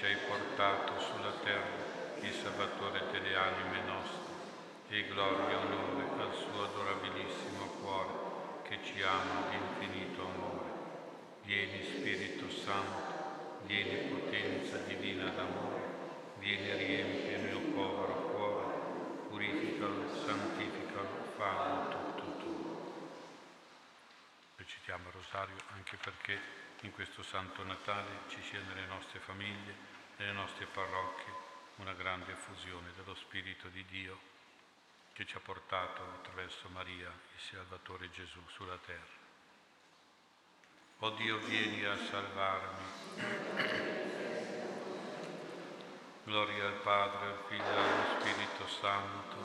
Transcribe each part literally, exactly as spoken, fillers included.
ci hai portato sulla terra il Salvatore delle anime nostre, e gloria e onore al suo adorabilissimo cuore, che ci ama di infinito amore. Vieni Spirito Santo, vieni potenza divina d'amore, vieni e riempi il mio povero cuore, purificalo, santificalo, fallo tutto tuo. Recitiamo il rosario anche perché in questo Santo Natale ci sia nelle nostre famiglie, nelle nostre parrocchie, una grande effusione dello Spirito di Dio che ci ha portato attraverso Maria, il Salvatore Gesù, sulla terra. O Dio, vieni a salvarmi. Gloria al Padre, al Figlio e allo Spirito Santo.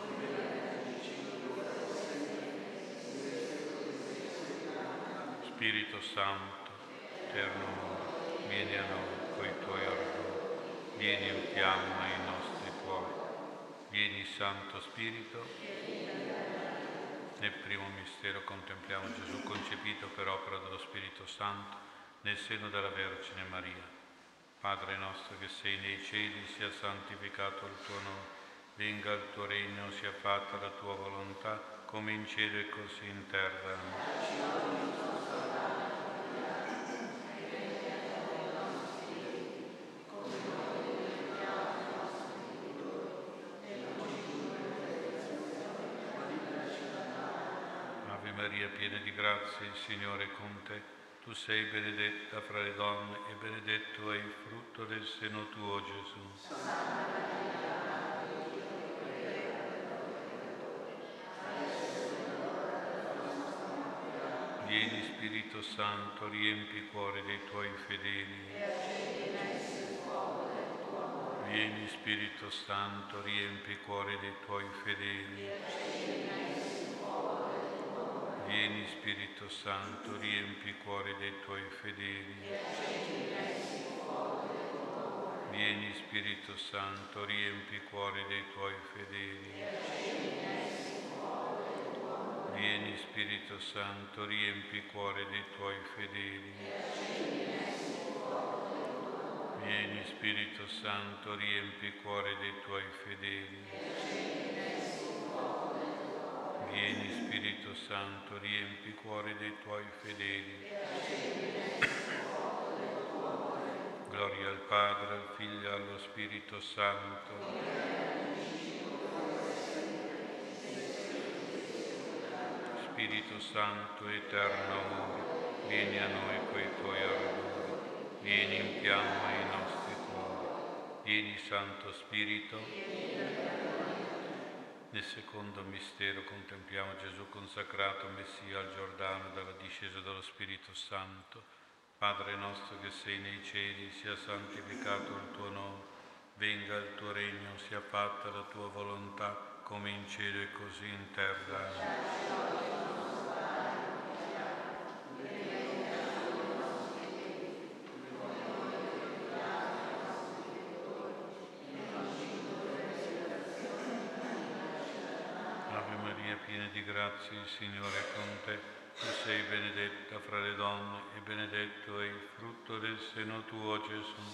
Spirito Santo, eterno amore, vieni a noi coi tuoi ardori, vieni e infiamma i nostri cuori. Vieni Santo Spirito. Nel primo mistero contempliamo Gesù concepito per opera dello Spirito Santo nel seno della Vergine Maria. Padre nostro che sei nei cieli, sia santificato il tuo nome, venga il tuo regno, sia fatta la tua volontà, come in cielo e così in terra. Maria, piena di grazia, il Signore è con te. Tu sei benedetta fra le donne e benedetto è il frutto del seno tuo, Gesù. Vieni Spirito Santo, riempi i cuori dei tuoi fedeli. Vieni Spirito Santo, riempi i cuori dei tuoi fedeli. Vieni Spirito Santo, riempi i cuori dei tuoi fedeli. Vieni Spirito Santo, riempi i cuori dei tuoi fedeli. Vieni Spirito Santo, riempi i cuori dei tuoi fedeli. Vieni Spirito Santo, riempi i cuori dei tuoi fedeli. Vieni Spirito Santo, riempi i cuori dei tuoi fedeli. Gloria al Padre, al Figlio e allo Spirito Santo. Spirito Santo, eterno amore, vieni a noi coi tuoi ardori, vieni infiamma i nostri cuori. Vieni Santo Spirito. Nel secondo mistero contempliamo Gesù consacrato Messia al Giordano dalla discesa dello Spirito Santo. Padre nostro che sei nei cieli, sia santificato il tuo nome, venga il tuo regno, sia fatta la tua volontà, come in cielo e così in terra. Piena di grazia, il Signore è con te. Tu sei benedetta fra le donne e benedetto è il frutto del seno tuo, Gesù.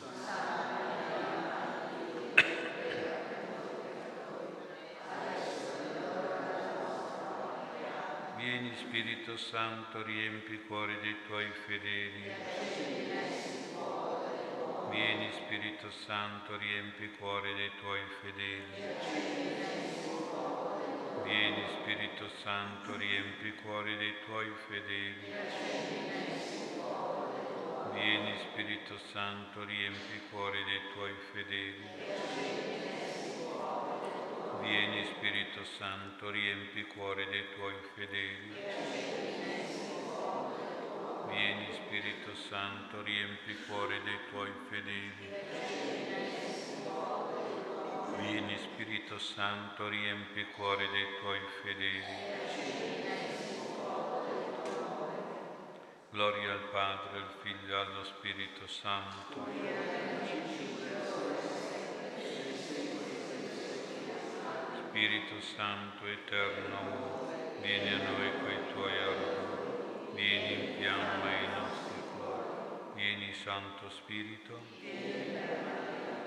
Vieni Spirito Santo, riempi i cuori dei tuoi fedeli. Vieni Spirito Santo, riempi i cuori dei tuoi fedeli. Vieni Spirito Santo, riempi i cuori dei tuoi fedeli. Vieni Spirito Santo, riempi i cuori dei tuoi fedeli. Vieni Spirito Santo, riempi i cuori dei tuoi fedeli. Vieni Spirito Santo, riempi i cuori dei tuoi fedeli. Vieni Spirito Santo, riempi i cuori dei tuoi fedeli. Gloria al Padre, al Figlio e allo Spirito Santo. Spirito Santo, eterno amore, vieni a noi coi tuoi ardori, vieni infiamma i nostri cuori. Vieni Santo Spirito.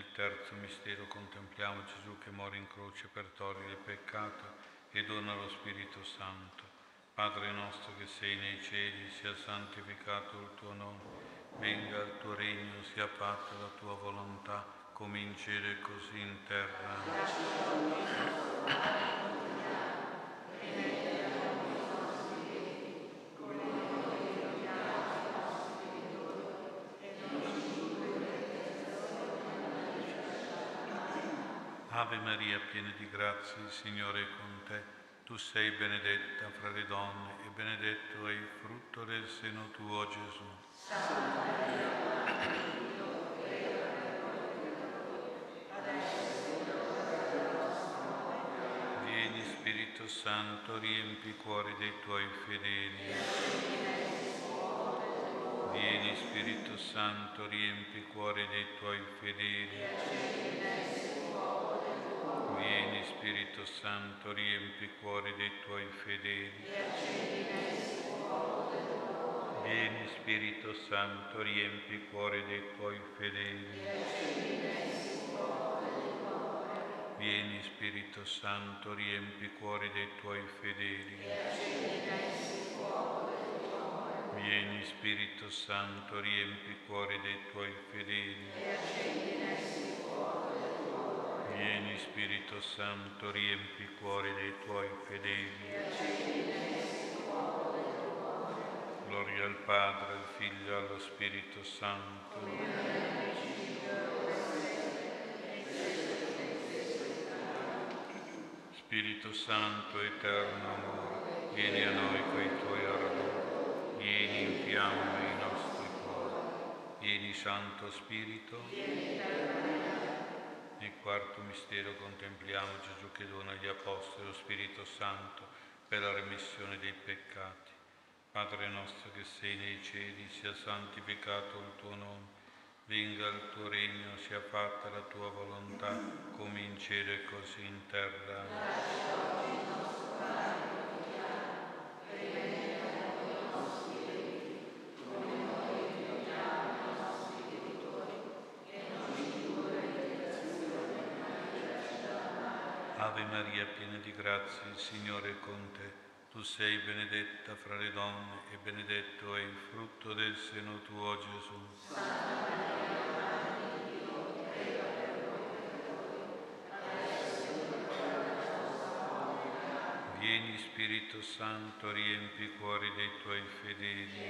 Nel terzo mistero contempliamo Gesù che muore in croce per togliere il peccato e dona lo Spirito Santo. Padre nostro che sei nei cieli, sia santificato il tuo nome, venga il tuo regno, sia fatta la tua volontà, come in cielo e così in terra. Ave Maria, piena di grazia, il Signore è con te. Tu sei benedetta fra le donne e benedetto è il frutto del seno tuo, Gesù. Santa Maria, Madre di Dio, prega per noi peccatori, adesso è l'ora della nostra morte. Vieni, Spirito Santo, riempi i cuori dei tuoi fedeli. Vieni, Spirito Santo, riempi i cuori dei tuoi fedeli. Vieni, Spirito Santo, riempi i cuori dei tuoi fedeli. Vieni, Spirito Santo, riempi i cuori dei tuoi fedeli. Vieni, Spirito Santo, riempi i cuori dei tuoi fedeli. Vieni, Spirito Santo, riempi i cuori dei tuoi fedeli. Vieni, Spirito Santo, riempi i cuori dei tuoi fedeli. Gloria al Padre, al Figlio e allo Spirito Santo. Spirito Santo, eterno amore, vieni a noi coi tuoi ardori, vieni in fiamma i nostri cuori. Vieni, Santo Spirito. Nel quarto mistero contempliamo Gesù che dona agli Apostoli lo Spirito Santo per la remissione dei peccati. Padre nostro che sei nei cieli, sia santificato il tuo nome, venga il tuo regno, sia fatta la tua volontà, come in cielo e così in terra. Ave Maria, piena di grazia, il Signore è con te. Tu sei benedetta fra le donne e benedetto è il frutto del seno tuo, Gesù. Santa Maria, Madre di Dio, prega per noi peccatori, adesso è l'ora della nostra morte. Vieni, Spirito Santo, riempi i cuori dei tuoi fedeli.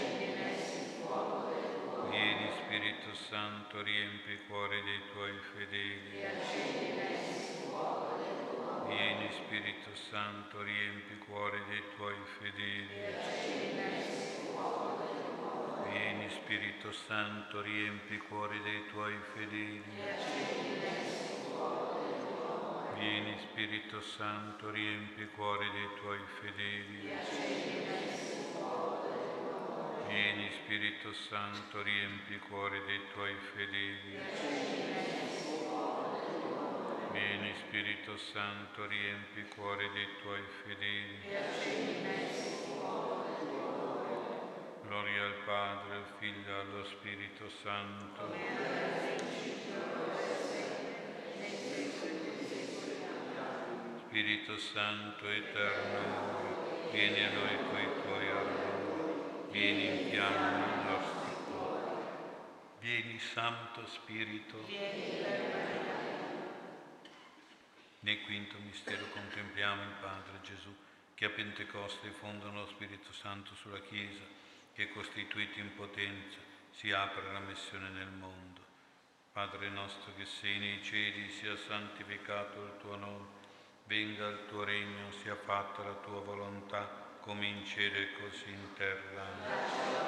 Vieni, Spirito Santo, riempi i cuori dei tuoi fedeli. Vieni, Spirito Santo, riempi i cuori dei tuoi fedeli. Vieni, Spirito Santo, riempi i cuori dei tuoi fedeli. Vieni, Spirito Santo, riempi i cuori dei tuoi fedeli. Vieni, Spirito Santo, riempi i cuori dei tuoi fedeli. Vieni, Spirito Santo, riempi i cuori dei tuoi fedeli. Gloria al Padre, al Figlio e allo Spirito Santo. Spirito Santo, eterno amore, vieni a noi coi tuoi ardori, vieni in fiamma i nostri cuori. Vieni, Santo Spirito. Nel quinto mistero contempliamo il Padre Gesù che a Pentecoste fonda lo Spirito Santo sulla Chiesa che, costituita in potenza, si apre alla missione nel mondo. Padre nostro che sei nei cieli, sia santificato il tuo nome, venga il tuo regno, sia fatta la tua volontà, come in cielo e così in terra.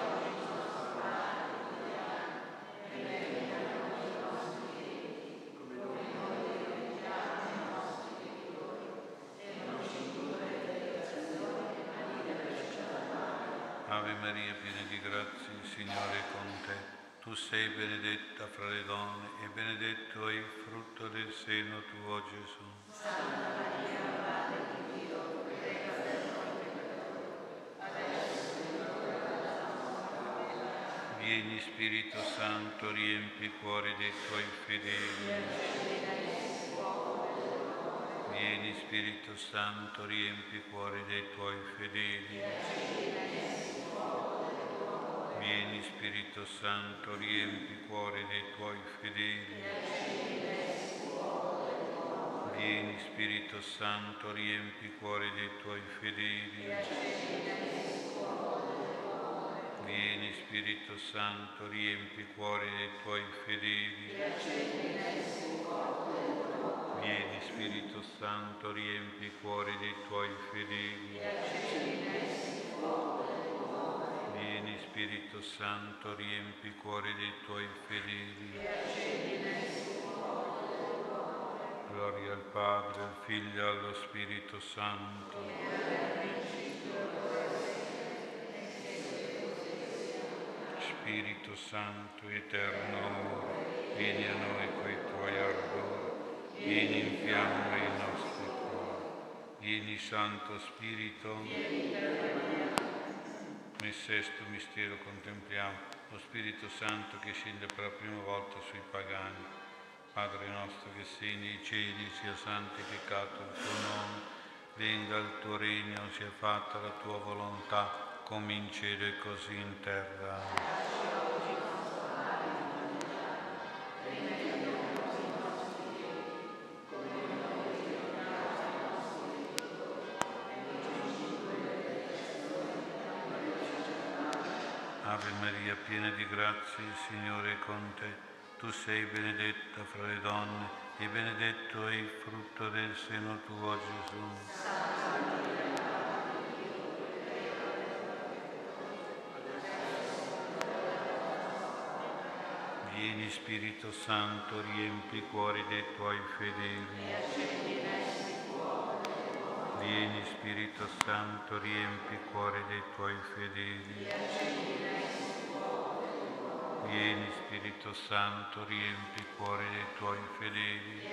Ave Maria, piena di grazia, il Signore è con te. Tu sei benedetta fra le donne e benedetto è il frutto del seno tuo, Gesù. Santa Maria, Madre di Dio, prega per noi peccatori, adesso è l'ora della nostra morte. Vieni Spirito Santo, riempi i cuori dei tuoi fedeli. Vieni Spirito Santo, riempi i cuori dei tuoi fedeli. Vieni Spirito Santo, riempi i cuori dei tuoi fedeli. Vieni Spirito Santo, riempi i cuori dei tuoi fedeli. Vieni Spirito Santo, riempi i cuori dei tuoi fedeli. Vieni Spirito Santo, riempi i cuori dei tuoi fedeli. Vieni Spirito Santo, riempi i cuori dei tuoi fedeli. Gloria al Padre, al Figlio e allo Spirito Santo. Spirito Santo, eterno amore, vieni a noi coi tuoi ardori, vieni infiamma i nostri cuori. Vieni Santo Spirito. Nel sesto mistero contempliamo lo Spirito Santo che scende per la prima volta sui pagani. Padre nostro che sei nei cieli, sia santificato il tuo nome, venga il tuo regno, sia fatta la tua volontà, come in cielo e così in terra. Ave Maria, piena di grazia, il Signore è con te. Tu sei benedetta fra le donne e benedetto è il frutto del seno tuo, Gesù. Vieni Spirito Santo, riempi i cuori dei tuoi fedeli. Vieni Spirito Santo, riempi i cuori dei tuoi fedeli. Vieni Spirito Santo, riempi i cuori dei tuoi fedeli.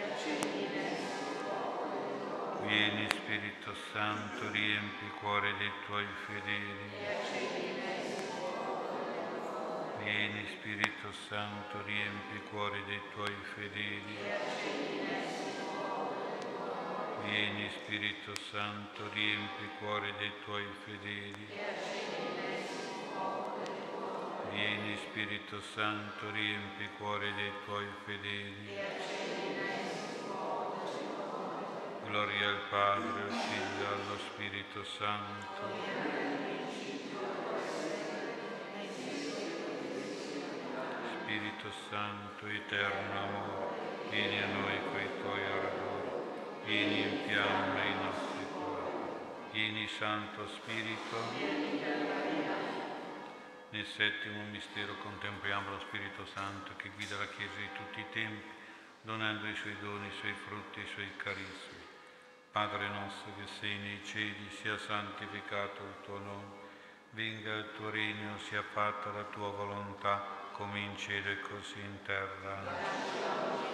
Vieni Spirito Santo, riempi i cuori dei tuoi fedeli. Vieni Spirito Santo, riempi i cuori dei tuoi fedeli. Vieni Spirito Santo, riempi i cuori dei tuoi fedeli. Vieni Spirito Santo, riempi i cuori dei tuoi fedeli. Gloria al Padre, al Figlio e allo Spirito Santo. Spirito Santo, eterno amore, vieni a noi coi tuoi ardori, vieni infiamma i nostri cuori. Vieni Santo Spirito. Nel settimo mistero contempliamo lo Spirito Santo che guida la Chiesa di tutti i tempi, donando i suoi doni, i suoi frutti, i suoi carismi. Padre nostro che sei nei cieli, sia santificato il tuo nome, venga il tuo regno, sia fatta la tua volontà, come in cielo e così in terra.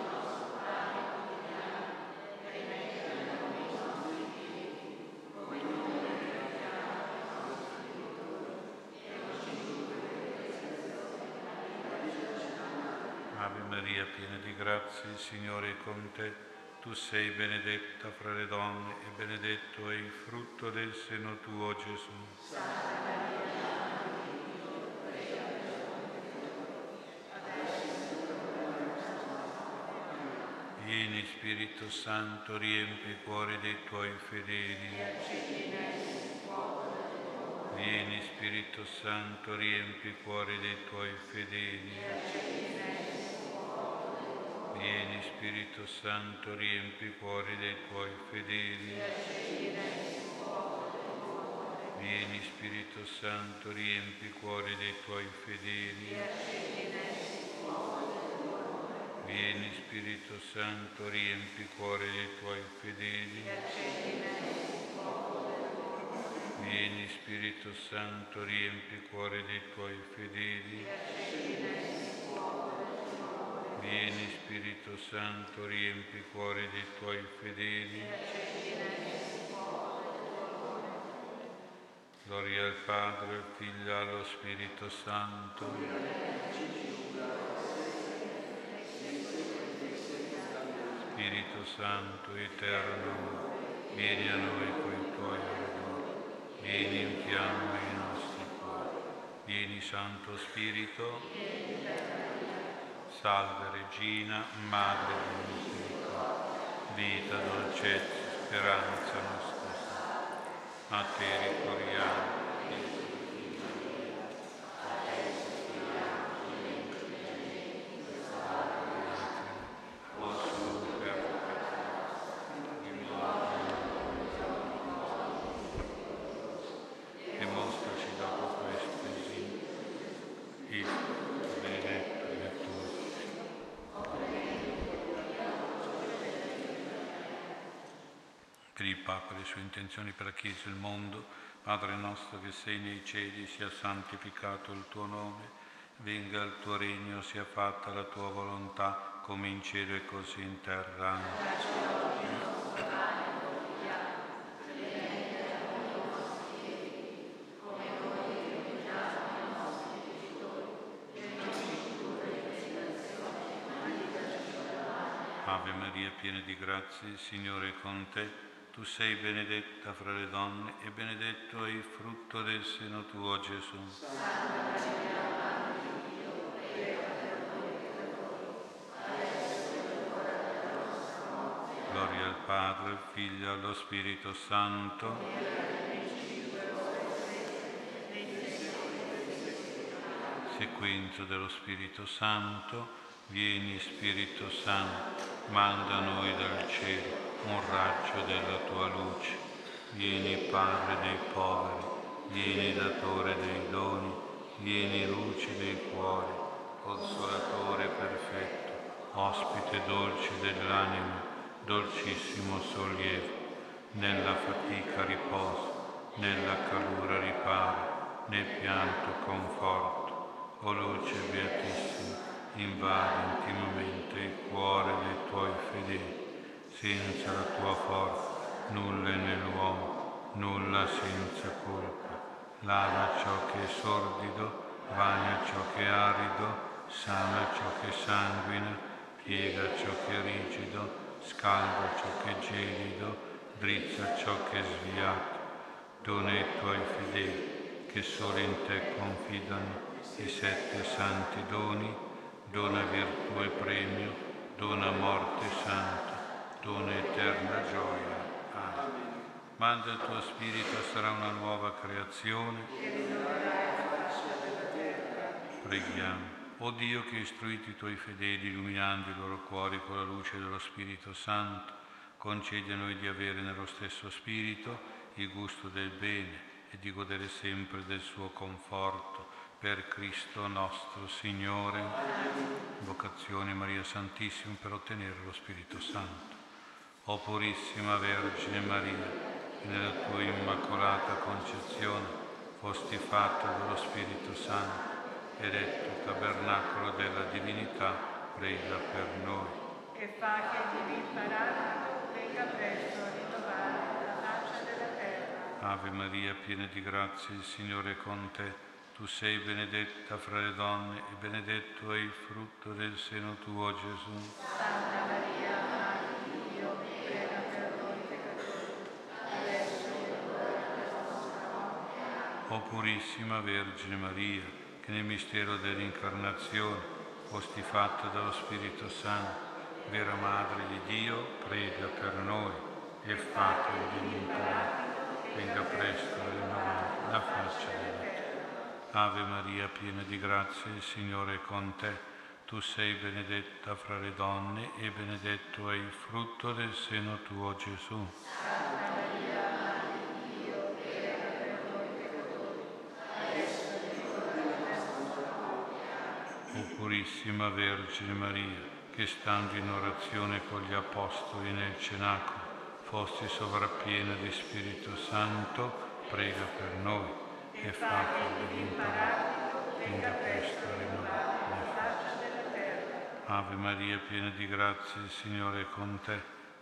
Ave Maria, piena di grazia, il Signore è con te. Tu sei benedetta fra le donne e benedetto è il frutto del seno tuo, Gesù. Vieni Spirito Santo, riempi i cuori dei tuoi fedeli. Vieni Spirito Santo, riempi i cuori dei tuoi fedeli. Vieni Spirito Santo, riempi i cuori dei tuoi fedeli. Vieni Spirito Santo, riempi i cuori dei tuoi fedeli. Vieni Spirito Santo, riempi i cuori dei tuoi fedeli. Vieni Spirito Santo, riempi i cuori dei tuoi fedeli. Vieni Spirito Santo, riempi i cuori dei tuoi fedeli. Gloria al Padre, al Figlio e allo Spirito Santo. Spirito Santo, eterno, vieni a noi coi tuoi ardori, vieni in fiamma i nostri cuori. Vieni Santo Spirito, salve Regina, Madre di misericordia, vita, dolcezza, speranza nostra. A te ricorriamo. E mostraci dopo questo esempio, il benedetto e per il Papa e le sue intenzioni per la Chiesa e il mondo. Padre nostro che sei nei cieli, sia santificato il tuo nome, venga il tuo regno, sia fatta la tua volontà, come in cielo e così in terra. Ave Maria, piena di grazia, il Signore è con te. Tu sei benedetta fra le donne e benedetto è il frutto del seno tuo, Gesù. Santa Maria, Madre di Dio, prega per noi peccatori, adesso è l'ora della nostra morte. Gloria al Padre, al Figlio e allo Spirito Santo. Sequenza dello Spirito Santo. Vieni Spirito Santo, manda a noi dal cielo un raggio della tua luce. Vieni Padre dei poveri, vieni datore dei doni, vieni luce dei cuori, consolatore perfetto, ospite dolce dell'anima, dolcissimo sollievo. Nella fatica riposo, nella calura riparo, nel pianto conforto. O luce beatissima, invadi intimamente il cuore dei tuoi fedeli. Senza la tua forza nulla è nell'uomo, nulla senza colpa. Lava ciò che è sordido, bagna ciò che è arido, sana ciò che sanguina, piega ciò che è rigido, scalda ciò che è gelido, drizza ciò che è sviato. Dona ai tuoi fedeli, che solo in te confidano, i sette santi doni. Dona virtù e premio, dona morte santa, dona eterna gioia. Amen. Manda il tuo Spirito, sarà una nuova creazione. Preghiamo. O Dio, che hai istruito i tuoi fedeli, illuminando i loro cuori con la luce dello Spirito Santo, concedi a noi di avere nello stesso Spirito il gusto del bene e di godere sempre del suo conforto. Per Cristo nostro Signore. Vocazione Maria Santissima per ottenere lo Spirito Santo. O purissima Vergine Maria, che nella tua immacolata concezione fosti fatta dallo Spirito Santo ed è tu tabernacolo della divinità, prega per noi. E fa che il divin paracleto venga presto a rinnovare la faccia della terra. Ave Maria, piena di grazia, il Signore è con te. Tu sei benedetta fra le donne e benedetto è il frutto del seno tuo, Gesù. Santa Maria, Madre di Dio, prega per noi peccatori, adesso è l'ora della nostra morte. O purissima Vergine Maria, che nel mistero dell'incarnazione fosti fatta dallo Spirito Santo, vera Madre di Dio, prega per noi e fate dell'imparare, venga presto a rinnovare la faccia della terra. Ave Maria, piena di grazia, il Signore è con te. Tu sei benedetta fra le donne e benedetto è il frutto del seno tuo, Gesù. Santa Maria, Madre di Dio, prega per noi peccatori, adesso è l'ora della nostra morte. O purissima Vergine Maria, che stando in orazione con gli Apostoli nel cenacolo, fosti sovrappiena di Spirito Santo, prega per noi. E fa che dell'imparare venga presto a rinnovare la faccia della terra. Ave Maria, piena di grazia, il Signore è con te.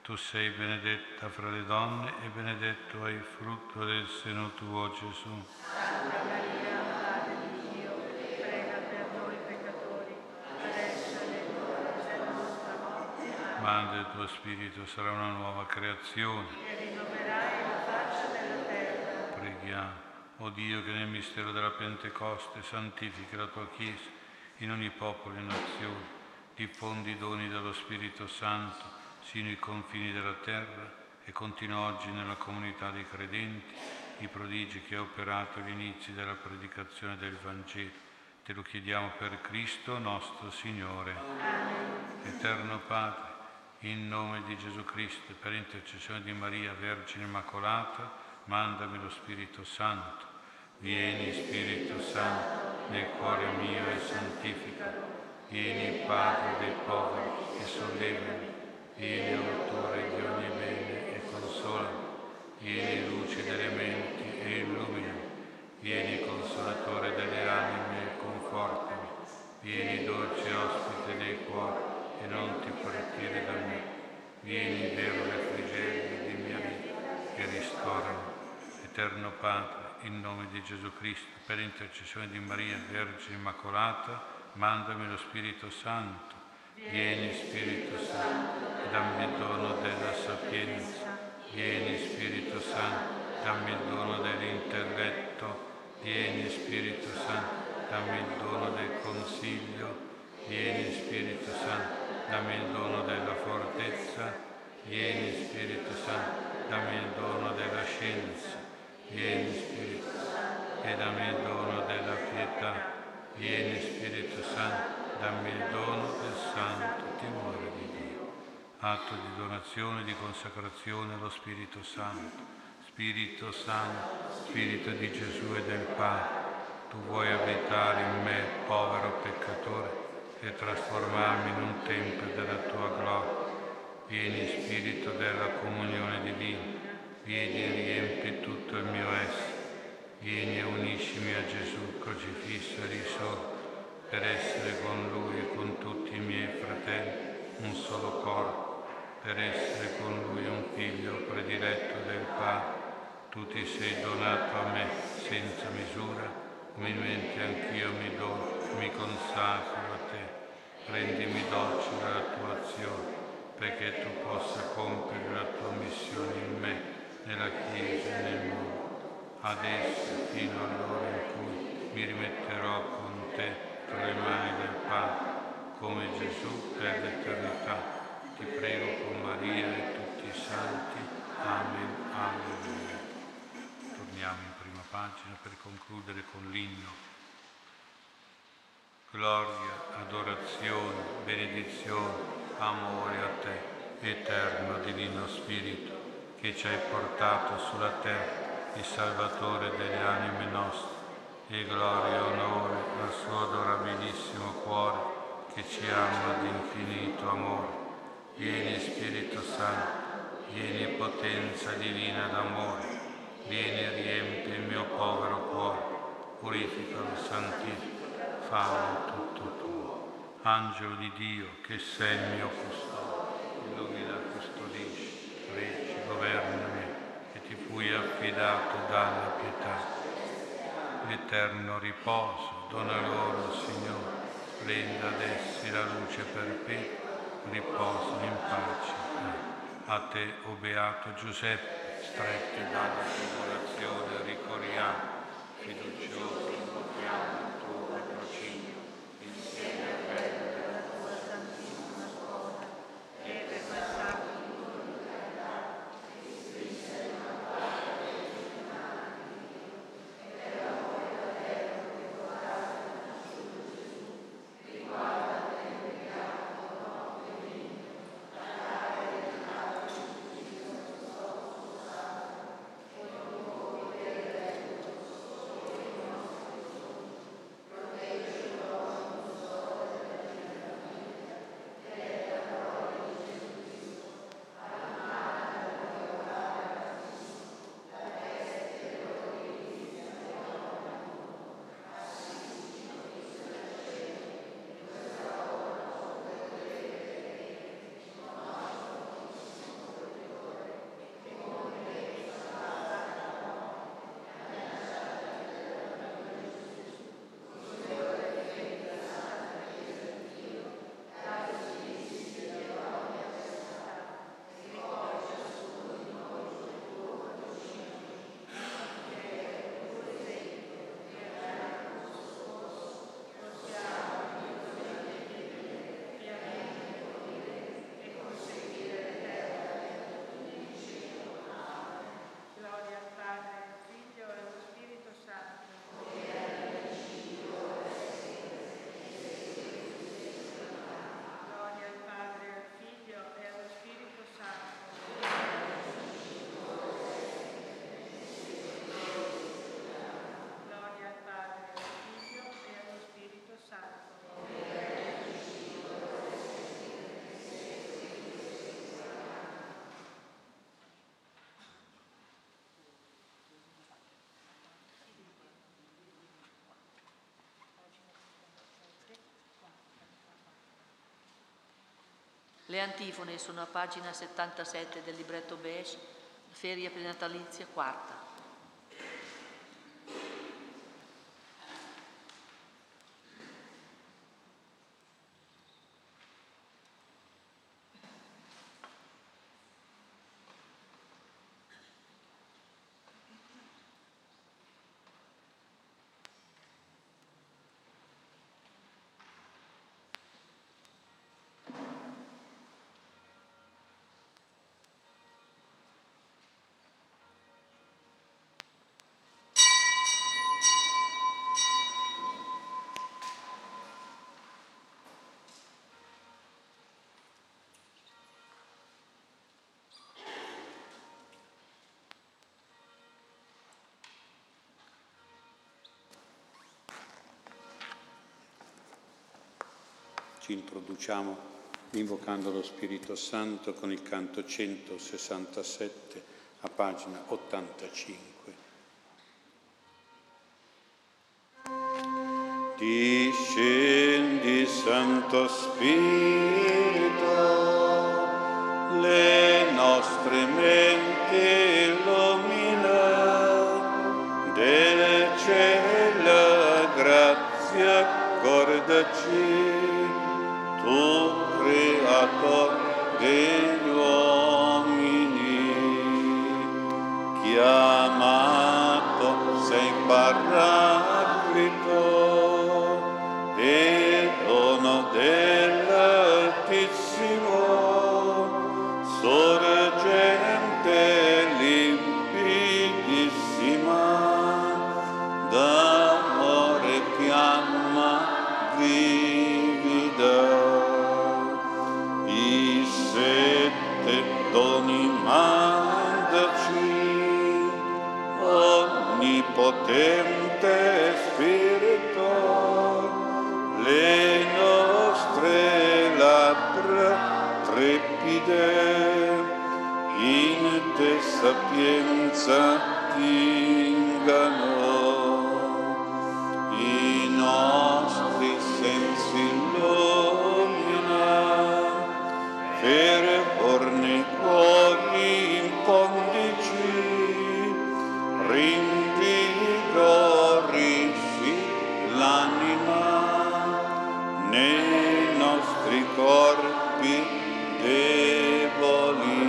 Tu sei benedetta fra le donne e benedetto è il frutto del seno tuo, Gesù. Santa Maria, Madre di Dio, prega per noi peccatori, adesso è l'ora della nostra morte. Amen. Manda il tuo Spirito, sarà una nuova creazione. E rinnoverai la faccia della terra. Preghiamo. O Dio, che nel mistero della Pentecoste santifichi la tua Chiesa in ogni popolo e nazione, diffondi i doni dello Spirito Santo sino ai confini della terra e continua oggi nella comunità dei credenti i prodigi che ha operato agli inizi della predicazione del Vangelo. Te lo chiediamo per Cristo nostro Signore. Amen. Eterno Padre, in nome di Gesù Cristo e per intercessione di Maria, Vergine Immacolata, mandami lo Spirito Santo. Vieni, Spirito Santo, nel cuore mio e santificalo. Vieni, Padre dei poveri, e sollevami. Vieni, autore di ogni bene, e consolami. Vieni, luce delle menti, e illuminami. Vieni, consolatore delle anime, e confortami. Vieni, dolce ospite dei cuori, e non ti partire da me. Vieni, vero refrigerio di mia vita, e ristorami. Eterno Padre, in nome di Gesù Cristo, per intercessione di Maria, Vergine Immacolata, mandami lo Spirito Santo. Vieni, Spirito Santo, e dammi il dono della sapienza. Vieni, Spirito Santo, dammi il dono dell'intelletto. Vieni, Spirito Santo, dammi il dono del consiglio. Vieni, Spirito Santo, dammi il dono della fortezza. Vieni, Spirito Santo, dammi il dono della scienza. Vieni, Spirito Santo, e dammi il dono della pietà. Vieni, Spirito Santo, dammi il dono del santo timore di Dio. Atto di donazione e di consacrazione allo Spirito Santo. Spirito Santo, Spirito di Gesù e del Padre, tu vuoi abitare in me, povero peccatore, e trasformarmi in un tempio della tua gloria. Vieni, Spirito della comunione divina, vieni e riempi tutto il mio essere. Vieni e uniscimi a Gesù crocifisso e risorto, per essere con Lui e con tutti i miei fratelli un solo corpo, per essere con Lui un figlio prediletto del Padre. Tu ti sei donato a me senza misura, umilmente anch'io mi dono, mi consacro a te. Rendimi docile alla tua azione, perché tu possa compiere la tua missione in me, nella Chiesa e nel mondo. Adesso, fino all'ora in cui mi rimetterò con te tra le mani del Padre, come Gesù per l'eternità. Ti prego con Maria e tutti i santi. Amen. Alleluia. Torniamo in prima pagina per concludere con l'inno. Gloria, adorazione, benedizione, amore a te, eterno divino Spirito, che ci hai portato sulla terra, il Salvatore delle anime nostre, e gloria e onore al suo adorabilissimo cuore, che ci ama di infinito amore. Vieni, Spirito Santo, vieni, potenza divina d'amore, vieni e riempi il mio povero cuore, purificalo, santifica, fallo tutto tuo. Angelo di Dio, che sei il mio custode, illumina, custodisci, reggi, governami, che ti fui affidato dalla pietà. L'eterno riposo dona loro, Signore, splenda ad essi la luce perpetua, riposo in pace. A te, o beato Giuseppe, stretti dalla tribolazione, ricorriamo, fiduciosi invochiamo il tuo patrocinio, insieme al bello della tua santissima sposa, e per quel sacro Le antifone sono a pagina settantasette del libretto beige, ferie prenatalizia quarta. Ci introduciamo invocando lo Spirito Santo con il canto centosessantasette a pagina ottantacinque. Discendi, Santo Spirito, le nostre menti illumina, del cielo grazia accordaci. Tu, creator degli uomini, chiamato sei Paraclito e dono dell'Altissimo, sorgente limpidissima, d'amore fiamma vivida. Doni mandaci, onnipotente Spirito, le nostre labbra trepide in te sapienza tingano, i nostri sensi illumina, fervorni cuori impondici, rinvigorisci l'anima nei nostri corpi deboli.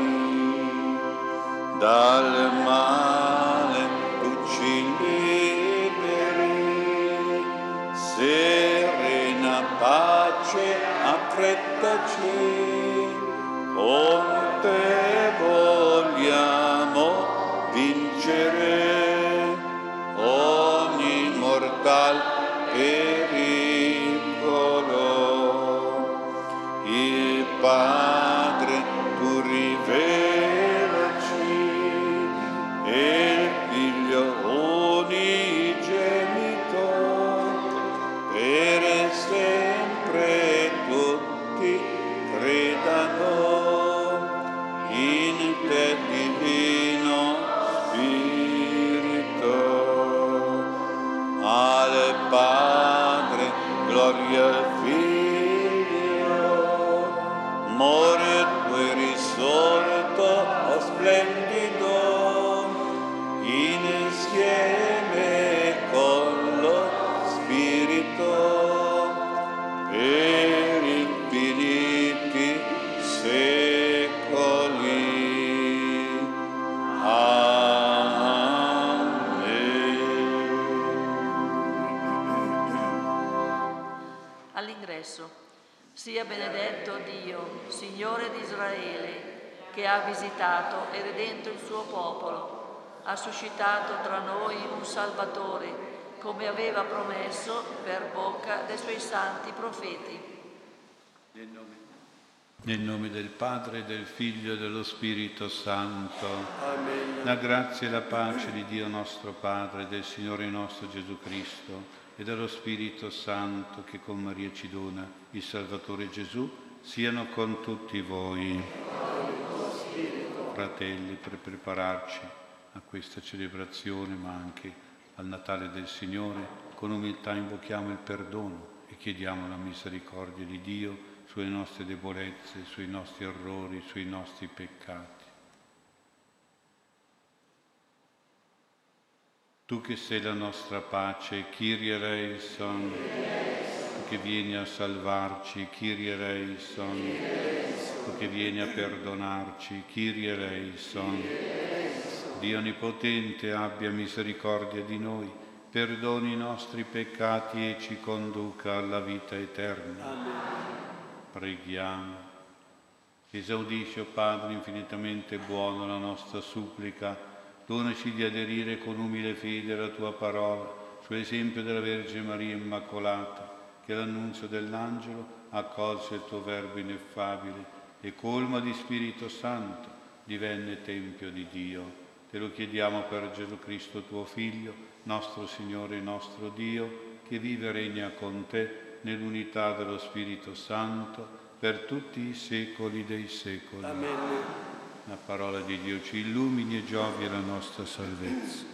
Dal male tu ci liberi, serena pace affrettaci. Con te vogliamo vincere ogni mortal pericolo. Il Padre tu rivelaci e il Figlio unigenito, per sempre tutti credano. In te divino Spirito, al Padre gloria al Figlio, morto e risorto o splendido, insieme con lo Spirito, per infiniti secoli. All'ingresso, sia benedetto Dio, Signore di Israele, che ha visitato e redento il suo popolo, ha suscitato tra noi un Salvatore, come aveva promesso per bocca dei suoi santi profeti. Nel nome, nel nome del Padre, del Figlio e dello Spirito Santo. Amen. La grazia e la pace di Dio nostro Padre, del Signore nostro Gesù Cristo e dello Spirito Santo che con Maria ci dona, il Salvatore Gesù, siano con tutti voi. Fratelli, per prepararci a questa celebrazione, ma anche al Natale del Signore, con umiltà invochiamo il perdono e chiediamo la misericordia di Dio sulle nostre debolezze, sui nostri errori, sui nostri peccati. Tu che sei la nostra pace, Kyrie eleison, tu che vieni a salvarci, Kyrie eleison, tu che vieni a perdonarci, Kyrie eleison. Dio Onnipotente abbia misericordia di noi, perdoni i nostri peccati e ci conduca alla vita eterna. Amen. Preghiamo. Esaudisci, o Padre infinitamente buono, la nostra supplica. Donaci di aderire con umile fede alla tua parola, sull'esempio della Vergine Maria Immacolata, che all'annunzio dell'angelo accolse il tuo Verbo ineffabile e colma di Spirito Santo divenne Tempio di Dio. Te lo chiediamo per Gesù Cristo, tuo Figlio, nostro Signore e nostro Dio, che vive e regna con te nell'unità dello Spirito Santo per tutti i secoli dei secoli. Amen. La parola di Dio ci illumini e giovi la nostra salvezza.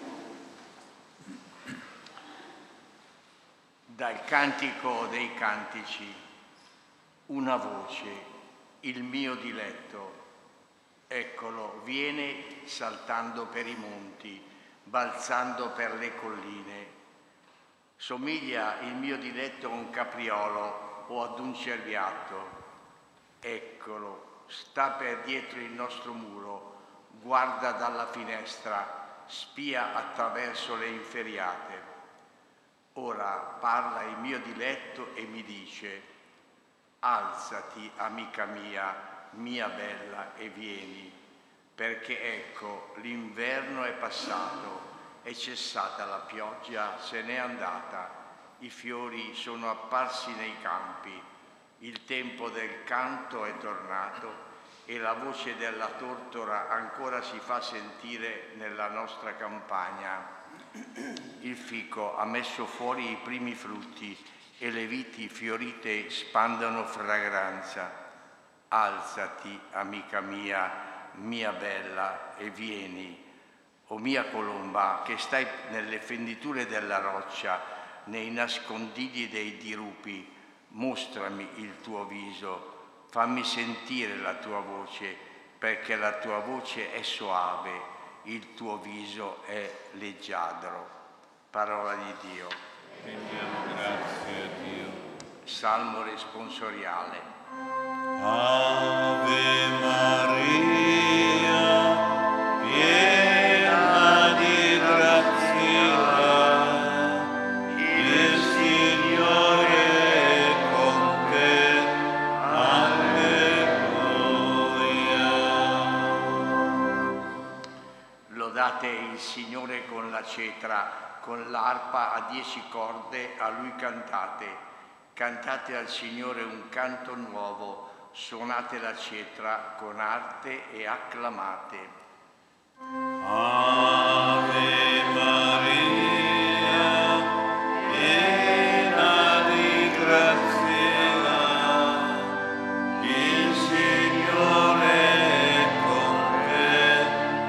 Dal Cantico dei Cantici, una voce, il mio diletto. Eccolo, viene saltando per i monti, balzando per le colline. Somiglia il mio diletto a un capriolo o ad un cerbiatto. Eccolo. Sta per dietro il nostro muro, guarda dalla finestra, spia attraverso le inferriate. Ora parla il mio diletto e mi dice: alzati, amica mia, mia bella, e vieni, perché ecco, l'inverno è passato, è cessata la pioggia, se n'è andata, i fiori sono apparsi nei campi. Il tempo del canto è tornato e la voce della tortora ancora si fa sentire nella nostra campagna. Il fico ha messo fuori i primi frutti e le viti fiorite spandono fragranza. Alzati, amica mia, mia bella, e vieni, o mia colomba, che stai nelle fenditure della roccia, nei nascondigli dei dirupi. Mostrami il tuo viso, fammi sentire la tua voce, perché la tua voce è soave, il tuo viso è leggiadro. Parola di Dio. Rendiamo grazie a Dio. Salmo responsoriale. Ave Maria, piena di grazia, il Signore è con te. Alleluia. Lodate il Signore con la cetra, con l'arpa a dieci corde, a Lui cantate. Cantate al Signore un canto nuovo, suonate la cetra con arte e acclamate. Ave Maria, piena di grazia, il Signore è con te.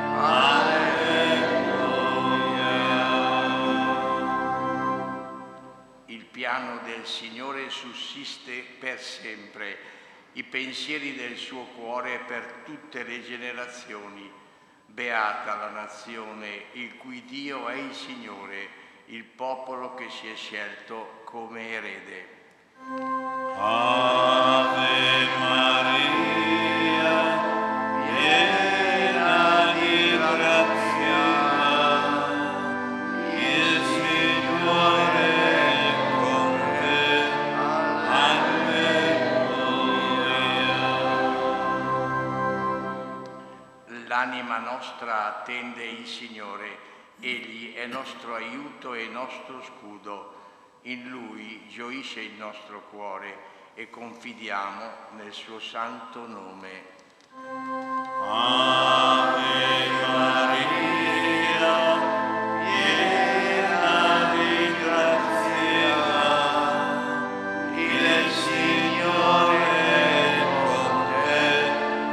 Alleluia. Il piano del Signore sussiste per sempre, i pensieri del suo cuore per tutte le generazioni. Beata la nazione, il cui Dio è il Signore, il popolo che si è scelto come erede. Ave Maria, piena di grazia, il Signore è con te. Alleluia. L'anima nostra attende il Signore, Egli è nostro aiuto e nostro scudo. In Lui gioisce il nostro cuore e confidiamo nel suo santo nome. Ave Maria, piena di grazia, il Signore è con te.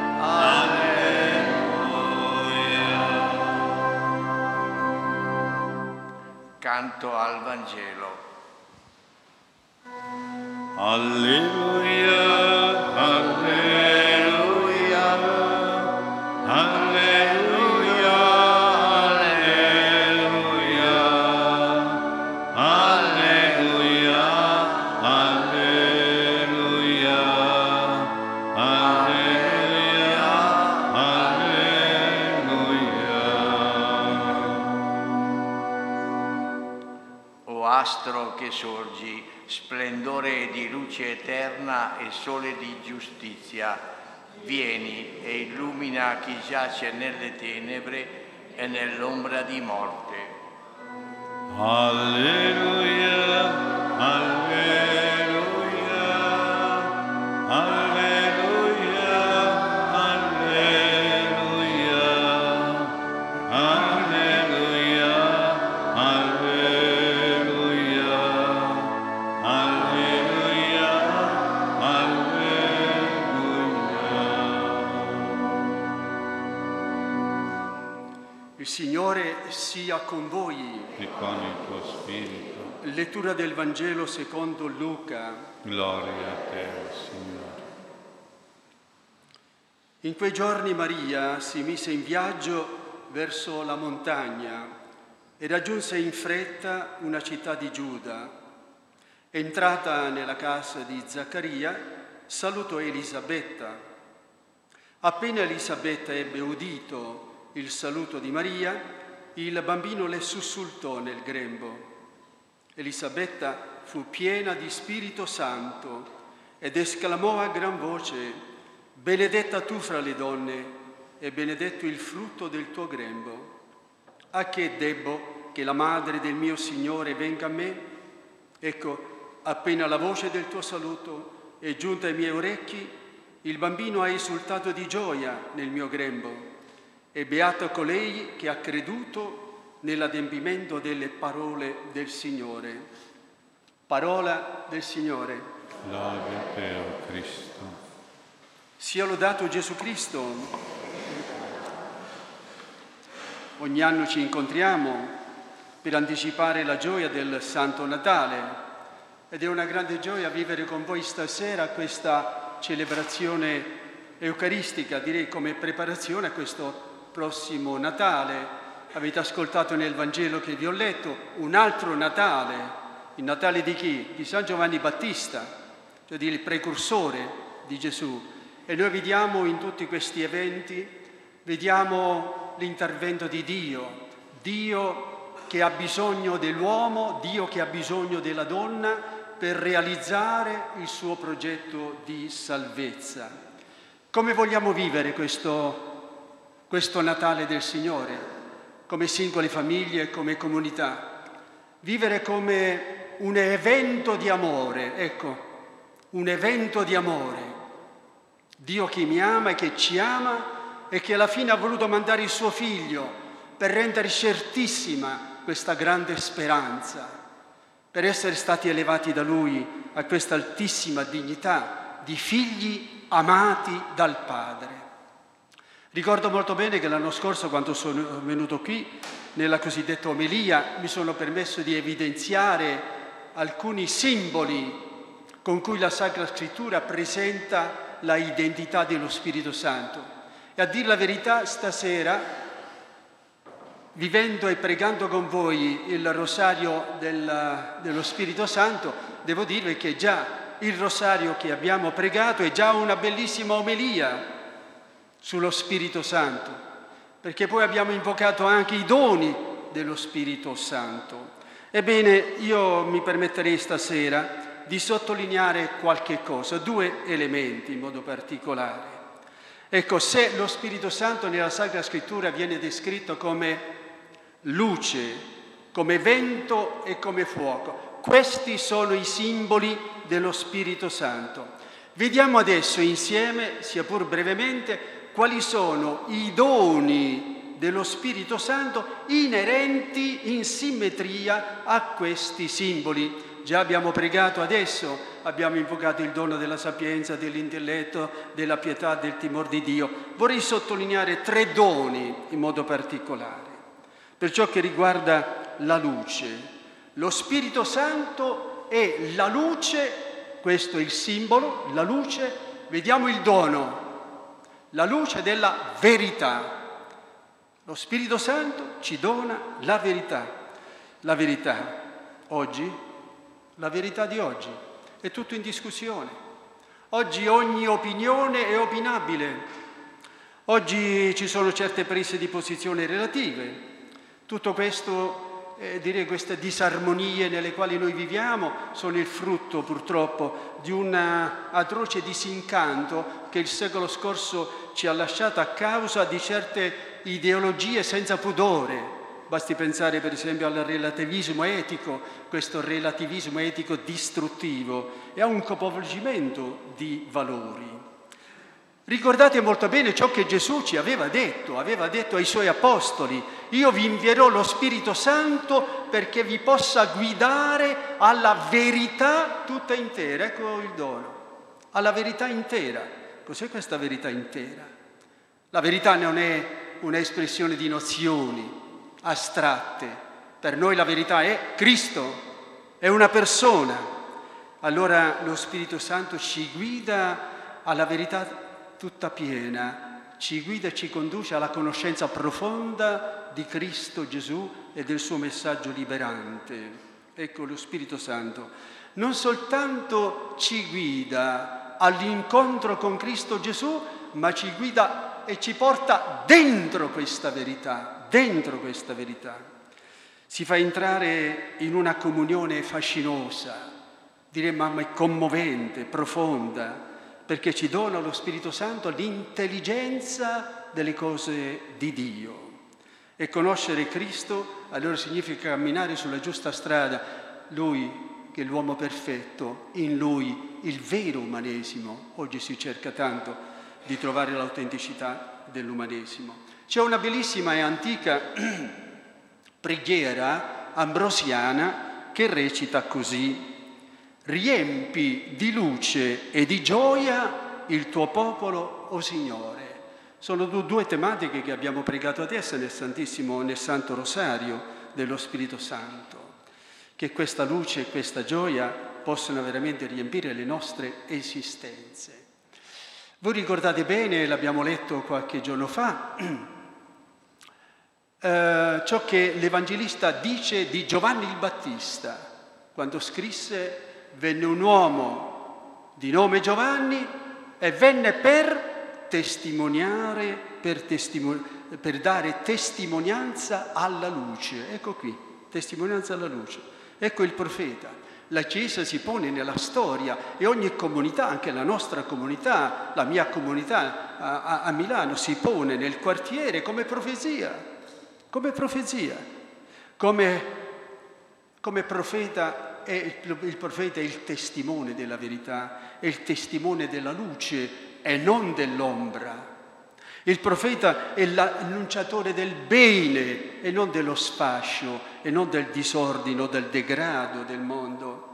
Alleluia. Canto al Vangelo. Alleluia. astro che sorgi, splendore di luce eterna e sole di giustizia. Vieni e illumina chi giace nelle tenebre e nell'ombra di morte. Alleluia, alleluia, alleluia, alleluia, alleluia, alleluia, alleluia, alleluia. Il Signore sia con voi. E con il tuo spirito. Lettura del Vangelo secondo Luca. Gloria a te, Signore. In quei giorni Maria si mise in viaggio verso la montagna e raggiunse in fretta una città di Giuda. Entrata nella casa di Zaccaria, salutò Elisabetta. Appena Elisabetta ebbe udito il saluto di Maria, il bambino le sussultò nel grembo. Elisabetta fu piena di Spirito Santo ed esclamò a gran voce: benedetta tu fra le donne e benedetto il frutto del tuo grembo. A che debbo che la madre del mio Signore venga a me? Ecco, appena la voce del tuo saluto è giunta ai miei orecchi, il bambino ha esultato di gioia nel mio grembo. E beato colei che ha creduto nell'adempimento delle parole del Signore. Parola del Signore. Lode a te, o Cristo. Sia lodato Gesù Cristo. Ogni anno ci incontriamo per anticipare la gioia del Santo Natale ed è una grande gioia vivere con voi stasera questa celebrazione eucaristica, direi come preparazione a questo prossimo Natale. Avete ascoltato nel Vangelo che vi ho letto un altro Natale, il Natale di chi? Di San Giovanni Battista, cioè il precursore di Gesù. E noi vediamo in tutti questi eventi, vediamo l'intervento di Dio, Dio che ha bisogno dell'uomo, Dio che ha bisogno della donna per realizzare il suo progetto di salvezza. Come vogliamo vivere questo Questo Natale del Signore, come singole famiglie e come comunità? Vivere come un evento di amore, ecco, un evento di amore. Dio che mi ama e che ci ama e che alla fine ha voluto mandare il suo Figlio per rendere certissima questa grande speranza, per essere stati elevati da Lui a questa altissima dignità di figli amati dal Padre. Ricordo molto bene che l'anno scorso, quando sono venuto qui, nella cosiddetta omelia, mi sono permesso di evidenziare alcuni simboli con cui la Sacra Scrittura presenta la identità dello Spirito Santo. E a dir la verità, stasera, vivendo e pregando con voi il rosario del, dello Spirito Santo, devo dirvi che già il rosario che abbiamo pregato è già una bellissima omelia sullo Spirito Santo, perché poi abbiamo invocato anche i doni dello Spirito Santo. Ebbene, io mi permetterei stasera di sottolineare qualche cosa, due elementi in modo particolare. Ecco, se lo Spirito Santo nella Sacra Scrittura viene descritto come luce, come vento e come fuoco, questi sono i simboli dello Spirito Santo. Vediamo adesso insieme, sia pur brevemente, quali sono i doni dello Spirito Santo inerenti in simmetria a questi simboli. Già abbiamo pregato adesso, abbiamo invocato il dono della sapienza, dell'intelletto, della pietà, del timore di Dio. Vorrei sottolineare tre doni in modo particolare. Per ciò che riguarda la luce, lo Spirito Santo è la luce, questo è il simbolo, la luce, vediamo il dono. La luce della verità. Lo Spirito Santo ci dona la verità. La verità oggi, la verità di oggi, è tutto in discussione. Oggi ogni opinione è opinabile. Oggi ci sono certe prese di posizione relative. Tutto questo eh, direi queste disarmonie nelle quali noi viviamo sono il frutto purtroppo di un atroce disincanto che il secolo scorso ci ha lasciato a causa di certe ideologie senza pudore. Basti pensare per esempio al relativismo etico, questo relativismo etico distruttivo, e a un capovolgimento di valori. Ricordate molto bene ciò che Gesù ci aveva detto, aveva detto ai Suoi Apostoli: io vi invierò lo Spirito Santo perché vi possa guidare alla verità tutta intera. Ecco il dono, alla verità intera. Cos'è questa verità intera? La verità non è un'espressione di nozioni astratte. Per noi la verità è Cristo, è una persona. Allora lo Spirito Santo ci guida alla verità tutta piena, ci guida e ci conduce alla conoscenza profonda di Cristo Gesù e del suo messaggio liberante. Ecco, lo Spirito Santo non soltanto ci guida all'incontro con Cristo Gesù, ma ci guida e ci porta dentro questa verità, dentro questa verità. Si fa entrare in una comunione fascinosa, diremmo ma commovente, profonda, perché ci dona lo Spirito Santo l'intelligenza delle cose di Dio. E conoscere Cristo allora significa camminare sulla giusta strada. Lui che è l'uomo perfetto, in Lui il vero umanesimo. Oggi si cerca tanto di trovare l'autenticità dell'umanesimo. C'è una bellissima e antica preghiera ambrosiana che recita così: riempi di luce e di gioia il tuo popolo, o Signore. Sono due tematiche che abbiamo pregato adesso nel Santissimo, nel Santo Rosario dello Spirito Santo, che questa luce e questa gioia possano veramente riempire le nostre esistenze. Voi ricordate bene, l'abbiamo letto qualche giorno fa, eh, ciò che l'Evangelista dice di Giovanni il Battista, quando scrisse: venne un uomo di nome Giovanni e venne per testimoniare, per, testimoni- per dare testimonianza alla luce. Ecco qui, testimonianza alla luce. Ecco il profeta. La Chiesa si pone nella storia e ogni comunità, anche la nostra comunità, la mia comunità a, a, a Milano, si pone nel quartiere come profezia, come profezia, come, come profeta. E il profeta è il testimone della verità, è il testimone della luce e non dell'ombra. Il profeta è l'annunciatore del bene e non dello sfascio e non del disordine o del degrado del mondo.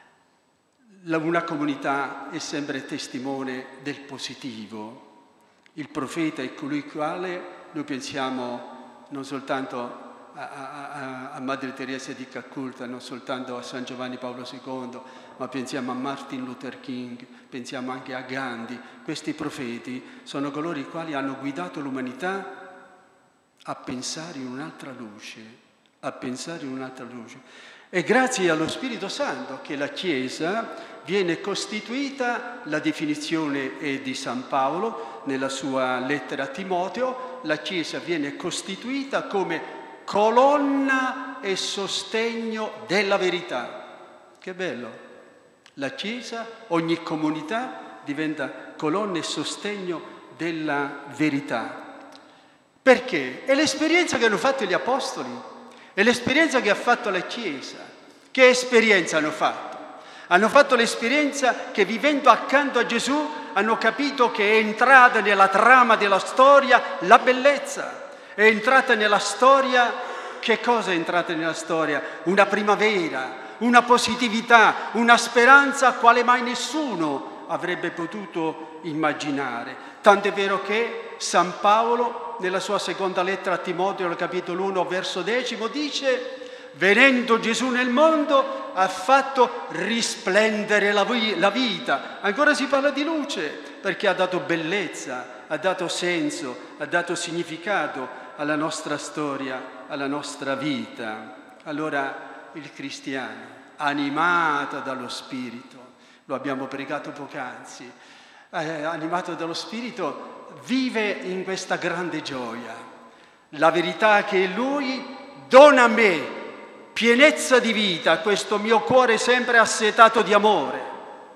Una comunità è sempre testimone del positivo. Il profeta è colui quale noi pensiamo non soltanto A, a, a Madre Teresa di Calcutta, non soltanto a San Giovanni Paolo secondo, ma pensiamo a Martin Luther King, pensiamo anche a Gandhi. Questi profeti sono coloro i quali hanno guidato l'umanità a pensare in un'altra luce, a pensare in un'altra luce. E grazie allo Spirito Santo che la Chiesa viene costituita, la definizione è di San Paolo nella sua lettera a Timoteo, la Chiesa viene costituita come colonna e sostegno della verità. Che bello! La Chiesa, ogni comunità diventa colonna e sostegno della verità. Perché? È l'esperienza che hanno fatto gli Apostoli, è l'esperienza che ha fatto la Chiesa. Che esperienza hanno fatto? Hanno fatto l'esperienza che vivendo accanto a Gesù hanno capito che è entrata nella trama della storia la bellezza. È entrata nella storia, che cosa è entrata nella storia? Una primavera, una positività, una speranza quale mai nessuno avrebbe potuto immaginare. Tant'è vero che San Paolo, nella sua seconda lettera a Timoteo, al capitolo uno, verso decimo, dice: venendo Gesù nel mondo ha fatto risplendere la, vi- la vita. Ancora si parla di luce, perché ha dato bellezza, ha dato senso, ha dato significato alla nostra storia, alla nostra vita. Allora il cristiano, animato dallo Spirito, lo abbiamo pregato poc'anzi, eh, animato dallo Spirito, vive in questa grande gioia. La verità che Lui dona a me pienezza di vita, questo mio cuore sempre assetato di amore.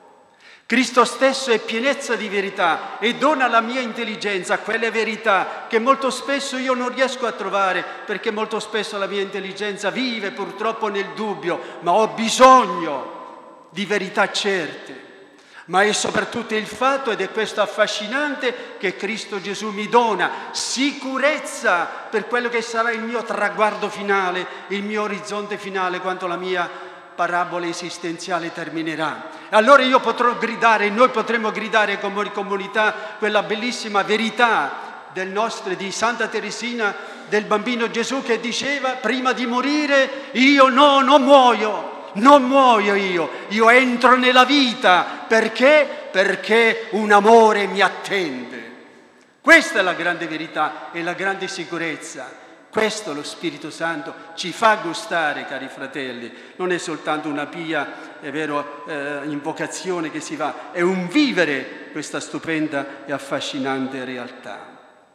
Cristo stesso è pienezza di verità e dona alla mia intelligenza quelle verità che molto spesso io non riesco a trovare, perché molto spesso la mia intelligenza vive purtroppo nel dubbio, ma ho bisogno di verità certe. Ma è soprattutto il fatto, ed è questo affascinante, che Cristo Gesù mi dona sicurezza per quello che sarà il mio traguardo finale, il mio orizzonte finale, quando la mia parabola esistenziale terminerà. Allora io potrò gridare, noi potremo gridare come comunità quella bellissima verità del nostro, di Santa Teresina, del bambino Gesù, che diceva: prima di morire io no, non muoio, non muoio io, io entro nella vita. Perché? Perché un amore mi attende. Questa è la grande verità e la grande sicurezza. Questo lo Spirito Santo ci fa gustare, cari fratelli. Non è soltanto una pia, è vero, eh, invocazione che si fa, è un vivere questa stupenda e affascinante realtà.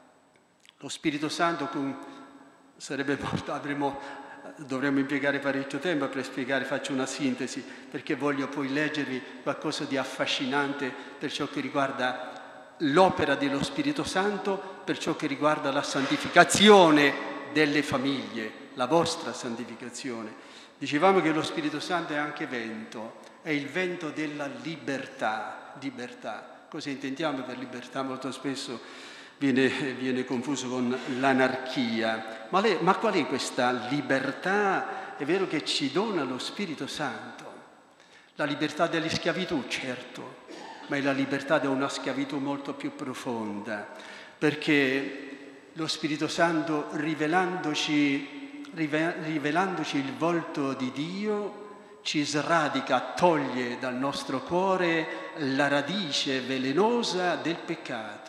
Lo Spirito Santo con, sarebbe molto, avremmo, dovremmo impiegare parecchio tempo per spiegare, faccio una sintesi, perché voglio poi leggervi qualcosa di affascinante per ciò che riguarda l'opera dello Spirito Santo, per ciò che riguarda la santificazione delle famiglie, la vostra santificazione. Dicevamo che lo Spirito Santo è anche vento, è il vento della libertà. Libertà. Cosa intendiamo per libertà? Molto spesso viene, viene confuso con l'anarchia. Ma, le, ma qual è questa libertà? È vero che ci dona lo Spirito Santo. La libertà della schiavitù, certo, ma è la libertà da una schiavitù molto più profonda, perché lo Spirito Santo, rivelandoci, rivelandoci il volto di Dio, ci sradica, toglie dal nostro cuore la radice velenosa del peccato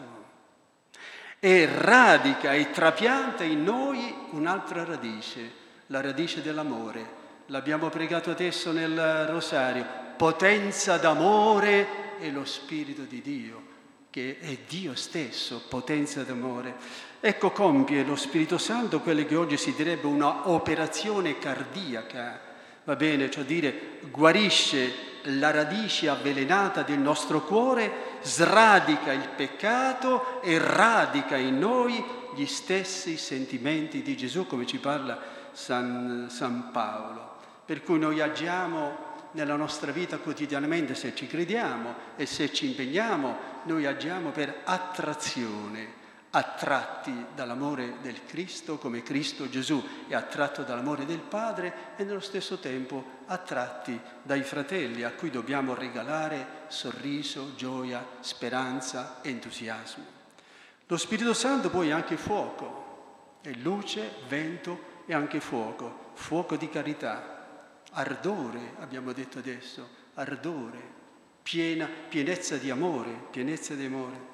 e radica e trapianta in noi un'altra radice, la radice dell'amore. L'abbiamo pregato adesso nel rosario: potenza d'amore e lo Spirito di Dio, che è Dio stesso, potenza d'amore. Ecco, compie lo Spirito Santo quelle che oggi si direbbe una operazione cardiaca, va bene, cioè dire guarisce la radice avvelenata del nostro cuore, sradica il peccato e radica in noi gli stessi sentimenti di Gesù, come ci parla San, San Paolo. Per cui noi agiamo nella nostra vita quotidianamente, se ci crediamo e se ci impegniamo, noi agiamo per attrazione, attratti dall'amore del Cristo, come Cristo Gesù è attratto dall'amore del Padre, e nello stesso tempo attratti dai fratelli a cui dobbiamo regalare sorriso, gioia, speranza, entusiasmo. Lo Spirito Santo poi è anche fuoco, è luce, vento e anche fuoco, fuoco di carità, ardore, abbiamo detto adesso, ardore, piena, pienezza di amore, pienezza di amore.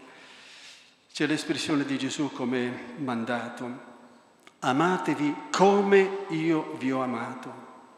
C'è l'espressione di Gesù come mandato: amatevi come io vi ho amato.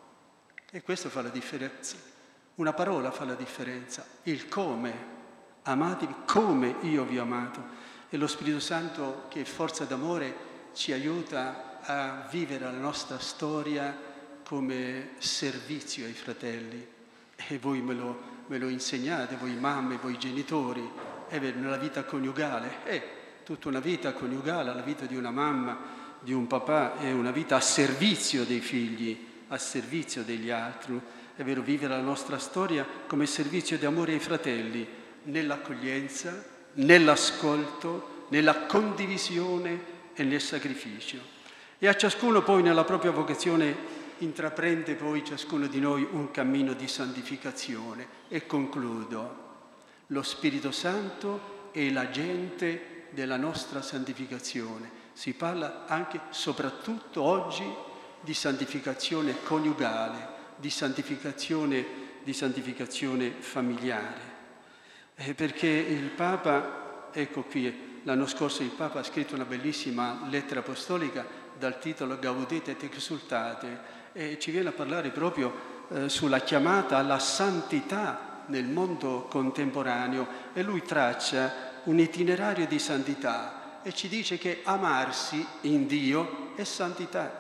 E questo fa la differenza. Una parola fa la differenza. Il come. Amatevi come io vi ho amato. E lo Spirito Santo, che è forza d'amore, ci aiuta a vivere la nostra storia come servizio ai fratelli. E voi me lo, me lo insegnate, voi mamme, voi genitori. È vero, nella vita coniugale, è tutta una vita coniugale, la vita di una mamma, di un papà, è una vita a servizio dei figli, a servizio degli altri. È vero, vivere la nostra storia come servizio di amore ai fratelli, nell'accoglienza, nell'ascolto, nella condivisione e nel sacrificio. E a ciascuno poi nella propria vocazione intraprende poi ciascuno di noi un cammino di santificazione. E concludo. Lo Spirito Santo è l'agente della nostra santificazione. Si parla anche, soprattutto oggi, di santificazione coniugale, di santificazione, di santificazione familiare. Eh, perché il Papa, ecco qui, l'anno scorso il Papa ha scritto una bellissima lettera apostolica dal titolo Gaudete et exultate, e ci viene a parlare proprio eh, sulla chiamata alla santità nel mondo contemporaneo, e lui traccia un itinerario di santità e ci dice che amarsi in Dio è santità.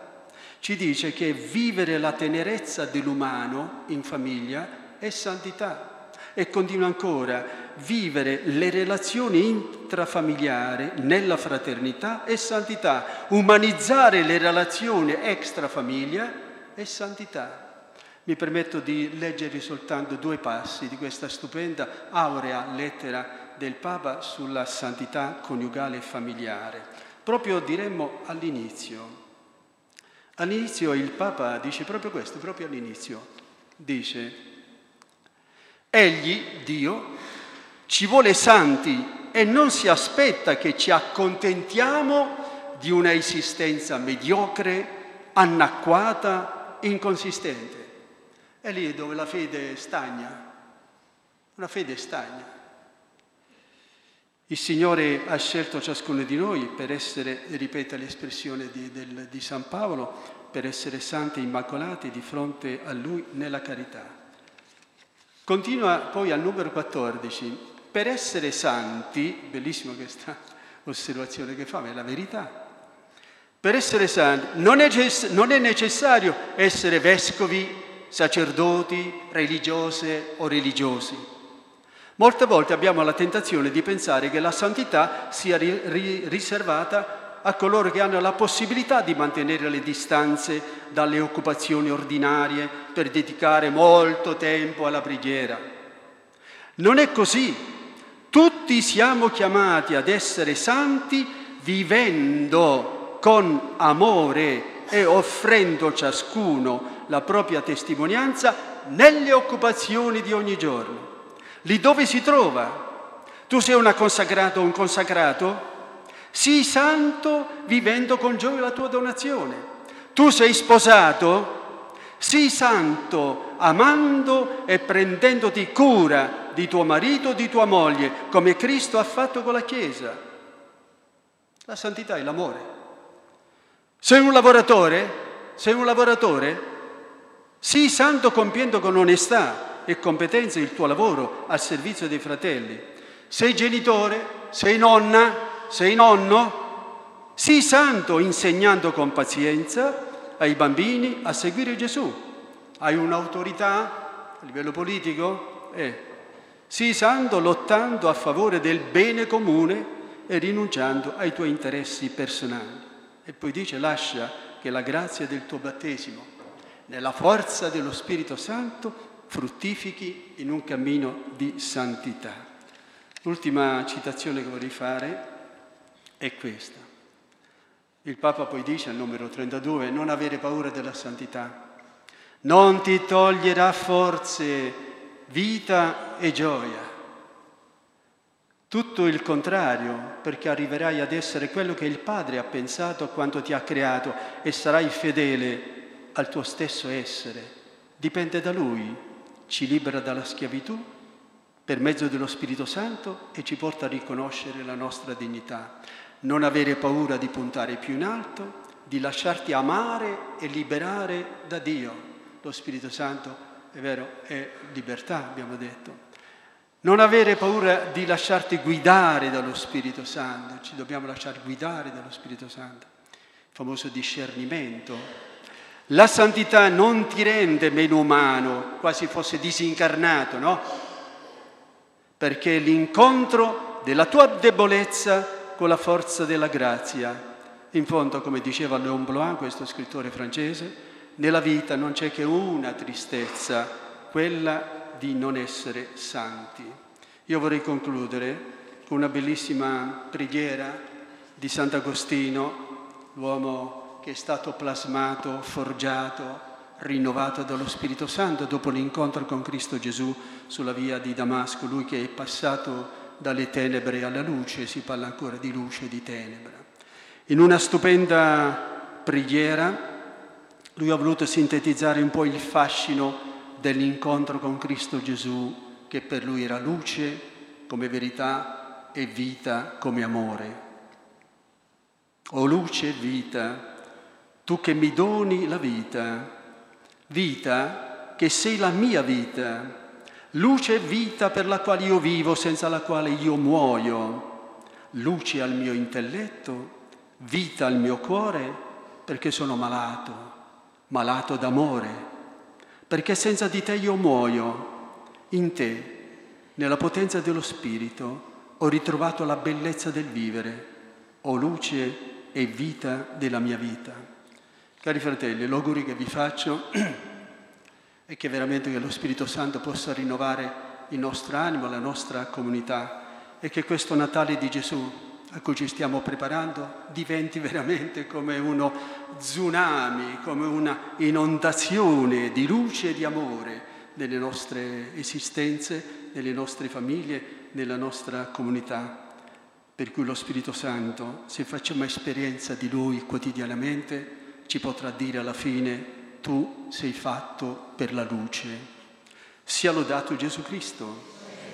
Ci dice che vivere la tenerezza dell'umano in famiglia è santità. E continua ancora, vivere le relazioni intrafamiliari nella fraternità è santità. Umanizzare le relazioni extrafamiglia è santità. Mi permetto di leggere soltanto due passi di questa stupenda, aurea lettera del Papa sulla santità coniugale e familiare. Proprio diremmo all'inizio. All'inizio il Papa dice proprio questo, proprio all'inizio. Dice, egli, Dio, ci vuole santi e non si aspetta che ci accontentiamo di una esistenza mediocre, anacquata, inconsistente. È lì dove la fede stagna, una fede stagna. Il Signore ha scelto ciascuno di noi per essere, ripete l'espressione di, del, di San Paolo, per essere santi e immacolati di fronte a Lui nella carità. Continua poi al numero quattordici, per essere santi, bellissima questa osservazione che fa, ma è la verità. Per essere santi non è, non è necessario essere vescovi, sacerdoti, religiose o religiosi. Molte volte abbiamo la tentazione di pensare che la santità sia ri- ri- riservata a coloro che hanno la possibilità di mantenere le distanze dalle occupazioni ordinarie per dedicare molto tempo alla preghiera. Non è così. Tutti siamo chiamati ad essere santi vivendo con amore e offrendo ciascuno la propria testimonianza nelle occupazioni di ogni giorno. Lì dove si trova. Tu sei una consacrata o un consacrato? Sii santo vivendo con gioia la tua donazione. Tu sei sposato? Sii santo amando e prendendoti cura di tuo marito o di tua moglie, come Cristo ha fatto con la Chiesa. La santità è l'amore. Sei un lavoratore? Sei un lavoratore? Sii santo compiendo con onestà e competenza il tuo lavoro al servizio dei fratelli. Sei genitore? Sei nonna? Sei nonno? Sii santo insegnando con pazienza ai bambini a seguire Gesù. Hai un'autorità a livello politico? Eh. Sii santo lottando a favore del bene comune e rinunciando ai tuoi interessi personali. E poi dice, lascia che la grazia del tuo battesimo, nella forza dello Spirito Santo, fruttifichi in un cammino di santità. L'ultima citazione che vorrei fare è questa. Il Papa poi dice al numero trentadue, non avere paura della santità. Non ti toglierà forze, vita e gioia. Tutto il contrario, perché arriverai ad essere quello che il Padre ha pensato quando ti ha creato e sarai fedele al tuo stesso essere. Dipende da Lui. Ci libera dalla schiavitù per mezzo dello Spirito Santo e ci porta a riconoscere la nostra dignità. Non avere paura di puntare più in alto, di lasciarti amare e liberare da Dio. Lo Spirito Santo, è vero, è libertà, abbiamo detto. Non avere paura di lasciarti guidare dallo Spirito Santo, ci dobbiamo lasciare guidare dallo Spirito Santo. Il famoso discernimento. La santità non ti rende meno umano, quasi fosse disincarnato, no? Perché è l'incontro della tua debolezza con la forza della grazia. In fondo, come diceva Léon Blois, questo scrittore francese, nella vita non c'è che una tristezza, quella di non essere santi. Io vorrei concludere con una bellissima preghiera di Sant'Agostino, l'uomo che è stato plasmato, forgiato, rinnovato dallo Spirito Santo dopo l'incontro con Cristo Gesù sulla via di Damasco, lui che è passato dalle tenebre alla luce, si parla ancora di luce e di tenebra. In una stupenda preghiera lui ha voluto sintetizzare un po' il fascino dell'incontro con Cristo Gesù, che per lui era luce come verità e vita come amore. O luce e vita, tu che mi doni la vita, vita che sei la mia vita, luce e vita per la quale io vivo, senza la quale io muoio, luce al mio intelletto, vita al mio cuore perché sono malato, malato d'amore, perché senza di te io muoio. In te, nella potenza dello Spirito, ho ritrovato la bellezza del vivere, o luce e vita della mia vita. Cari fratelli, l'augurio che vi faccio è che veramente che lo Spirito Santo possa rinnovare il nostro animo, la nostra comunità, e che questo Natale di Gesù a cui ci stiamo preparando diventi veramente come uno tsunami, come una inondazione di luce e di amore nelle nostre esistenze, nelle nostre famiglie, nella nostra comunità. Per cui lo Spirito Santo, se facciamo esperienza di Lui quotidianamente, ci potrà dire alla fine: tu sei fatto per la luce. Sia lodato Gesù Cristo.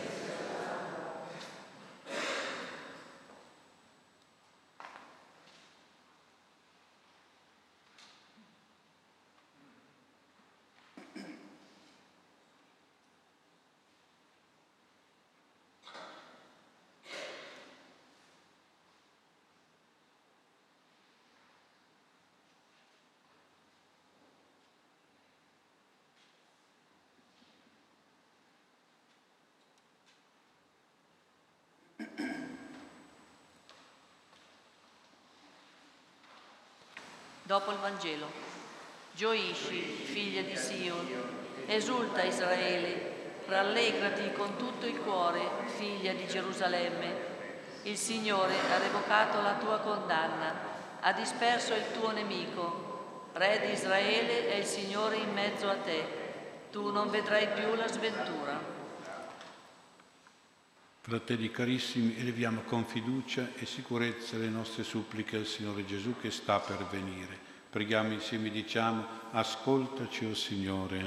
Dopo il Vangelo. Gioisci, figlia di Sion, esulta Israele, rallegrati con tutto il cuore, figlia di Gerusalemme. Il Signore ha revocato la tua condanna, ha disperso il tuo nemico. Re di Israele è il Signore in mezzo a te. Tu non vedrai più la sventura. Fratelli carissimi, eleviamo con fiducia e sicurezza le nostre suppliche al Signore Gesù che sta per venire. Preghiamo insieme e diciamo: ascoltaci, o Signore.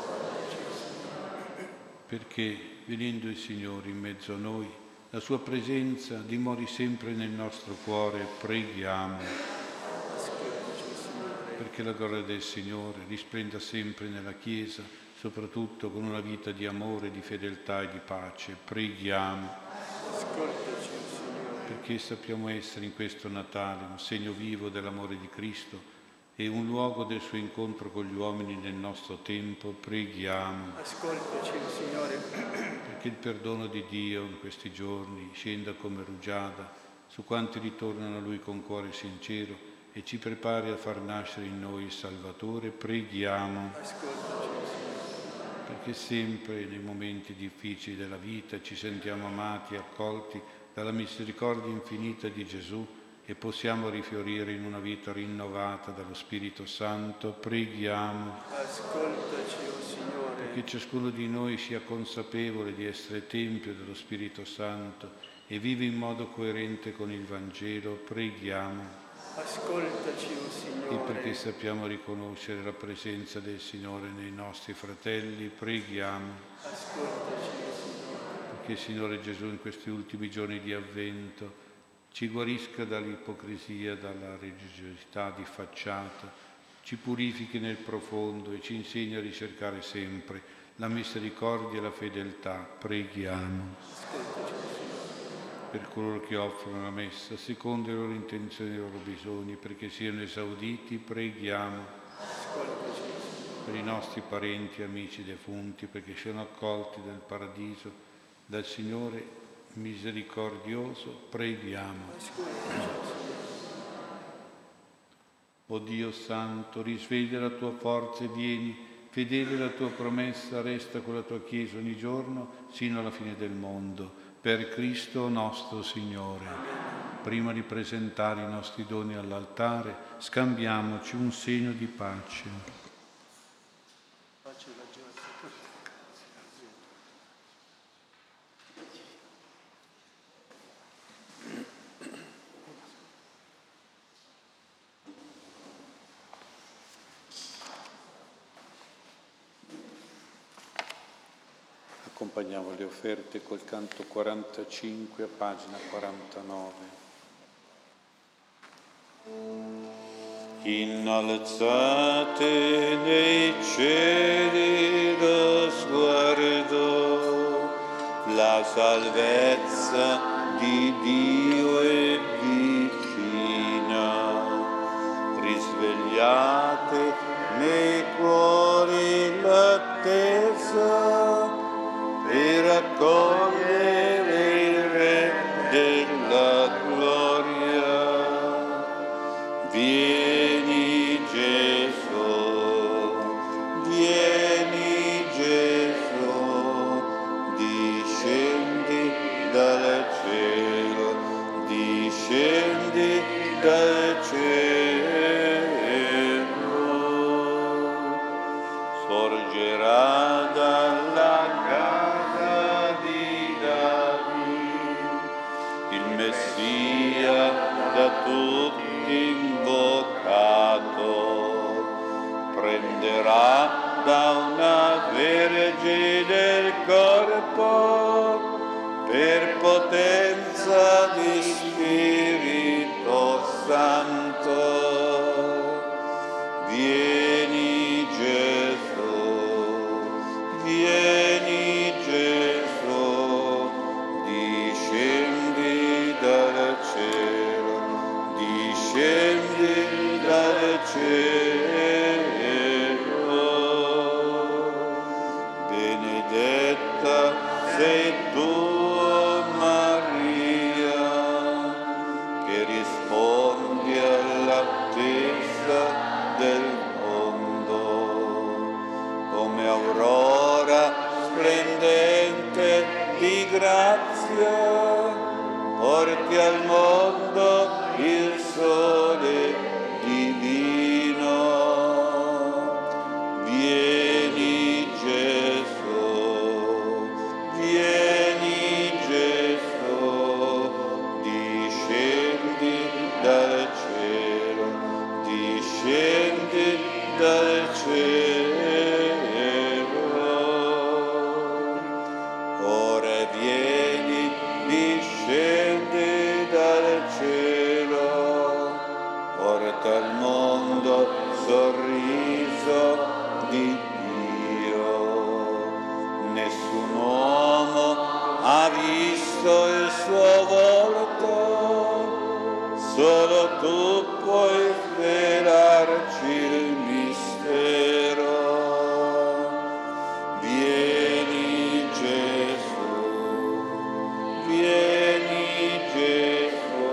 Perché, venendo il Signore in mezzo a noi, la sua presenza dimori sempre nel nostro cuore, preghiamo. Perché la gloria del Signore risplenda sempre nella Chiesa, soprattutto con una vita di amore, di fedeltà e di pace. Preghiamo. Perché sappiamo essere in questo Natale un segno vivo dell'amore di Cristo e un luogo del suo incontro con gli uomini nel nostro tempo. Preghiamo. Ascoltaci, Signore. Perché il perdono di Dio in questi giorni scenda come rugiada su quanti ritornano a Lui con cuore sincero e ci prepari a far nascere in noi il Salvatore. Preghiamo. Perché sempre nei momenti difficili della vita ci sentiamo amati e accolti dalla misericordia infinita di Gesù e possiamo rifiorire in una vita rinnovata dallo Spirito Santo. Preghiamo. Ascoltaci, o Signore. Perché ciascuno di noi sia consapevole di essere tempio dello Spirito Santo e vive in modo coerente con il Vangelo. Preghiamo. Ascoltaci, o Signore. E perché sappiamo riconoscere la presenza del Signore nei nostri fratelli, preghiamo. Ascoltaci, o Signore. Perché il Signore Gesù in questi ultimi giorni di Avvento ci guarisca dall'ipocrisia, dalla religiosità di facciata, ci purifichi nel profondo e ci insegni a ricercare sempre la misericordia e la fedeltà. Preghiamo. Ascoltaci, o Signore. Per coloro che offrono la messa, secondo le loro intenzioni e i loro bisogni, perché siano esauditi, preghiamo. Ascoltaci, o Signore. Per i nostri parenti e amici defunti, perché siano accolti nel paradiso dal Signore misericordioso, preghiamo. Ascoltaci, o Signore. O Dio Santo, risveglia la tua forza e vieni, fedele alla tua promessa, resta con la tua Chiesa ogni giorno, sino alla fine del mondo. Per Cristo nostro Signore. Prima di presentare i nostri doni all'altare, scambiamoci un segno di pace. Pace e la gioia. Accompagniamo le offerte col canto quarantacinque a pagina quarantanove. Innalzate nei cieli lo sguardo, la salvezza di Dio è vicina. Risvegliate nei dal cielo, sorgerà dalla casa di Davide, il Messia da tutti invocato, prenderà da una vergine il corpo per potenza di Spirito Santo. Vieni Gesù, vieni Gesù, discendi dal cielo, discendi dal cielo. Benedetta sei tu, Maria, che rispondi all'attesa del mondo, come aurora splendente di grazia, porti al mondo il sole divino. Vieni Gesù, vieni Gesù, discendi dal cielo, discendi dal cielo. Ora vieni, discendi dal cielo, porta al mondo sorriso di Dio. Nessun uomo ha visto il suo volto, solo tu puoi svelarci il mistero. Vieni Gesù, vieni Gesù,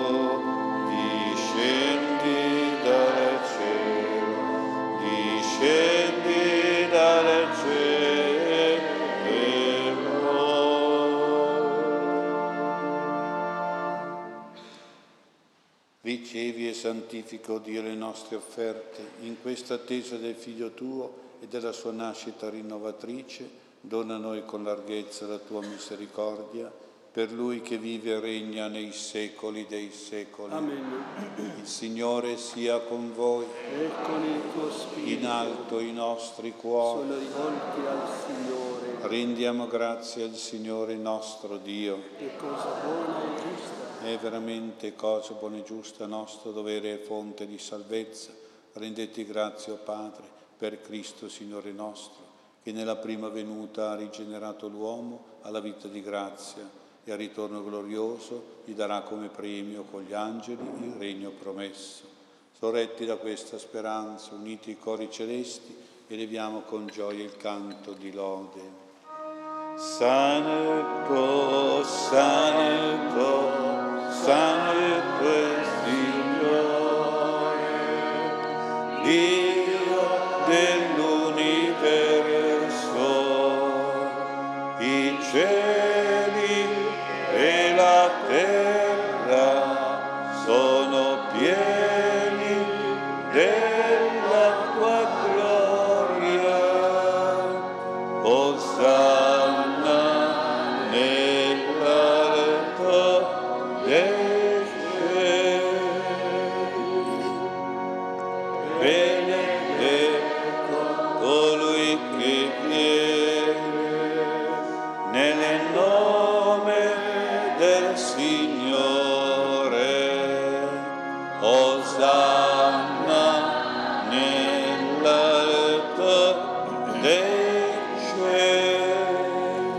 discendi dal cielo, discendi dal cielo. Ricevi e santifica, o Dio, le nostre offerte in questa attesa del Figlio tuo e della sua nascita rinnovatrice. Dona a noi con larghezza la tua misericordia, per Lui che vive e regna nei secoli dei secoli. Amen. Il Signore sia con voi. E con il tuo spirito. In alto i nostri cuori. Sono rivolti al Signore. Rendiamo grazie al Signore nostro Dio. Che cosa buona e giusta. È veramente cosa buona e giusta, nostro dovere e fonte di salvezza. Rendete grazie, o Padre, per Cristo Signore nostro, che nella prima venuta ha rigenerato l'uomo alla vita di grazia e al ritorno glorioso gli darà come premio con gli angeli il regno promesso. Sorretti da questa speranza, uniti i cori celesti, eleviamo con gioia il canto di lode. Santo, Santo, Santo è il Signore, Dio dell'universo, i cieli e la terra sono pieni della tua gloria. Osanna nell'alto dei cieli. Benedetto colui che viene nel nome del Signore. Osanna nell'alto dei cieli.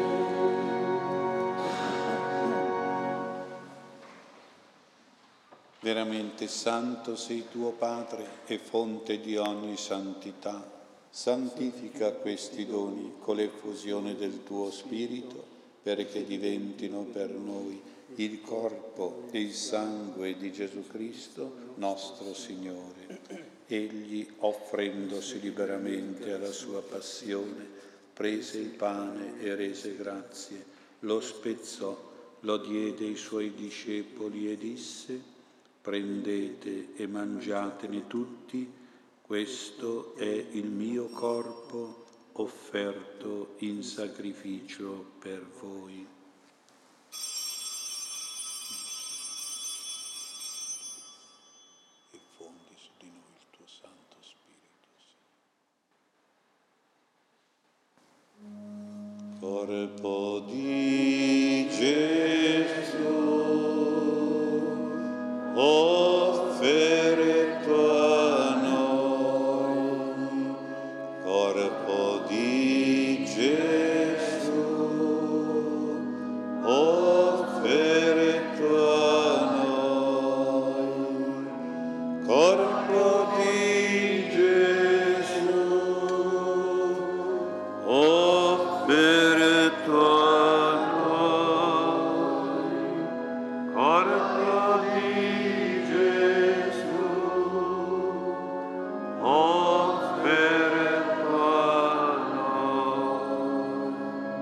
Veramente santo sei tuo Padre e fonte di ogni santità. Santifica questi doni con l'effusione del tuo Spirito, perché diventino per noi il corpo e il sangue di Gesù Cristo, nostro Signore. Egli, offrendosi liberamente alla sua passione, prese il pane e rese grazie, lo spezzò, lo diede ai suoi discepoli e disse: prendete e mangiatene tutti, questo è il mio corpo offerto in sacrificio per voi. Effondi su di noi il tuo Santo Spirito. Corpo di Gesù, offerto a noi, corpo di Gesù, offerto a noi, corpo di Gesù, offerto a noi, corpo di Gesù, offerto a noi.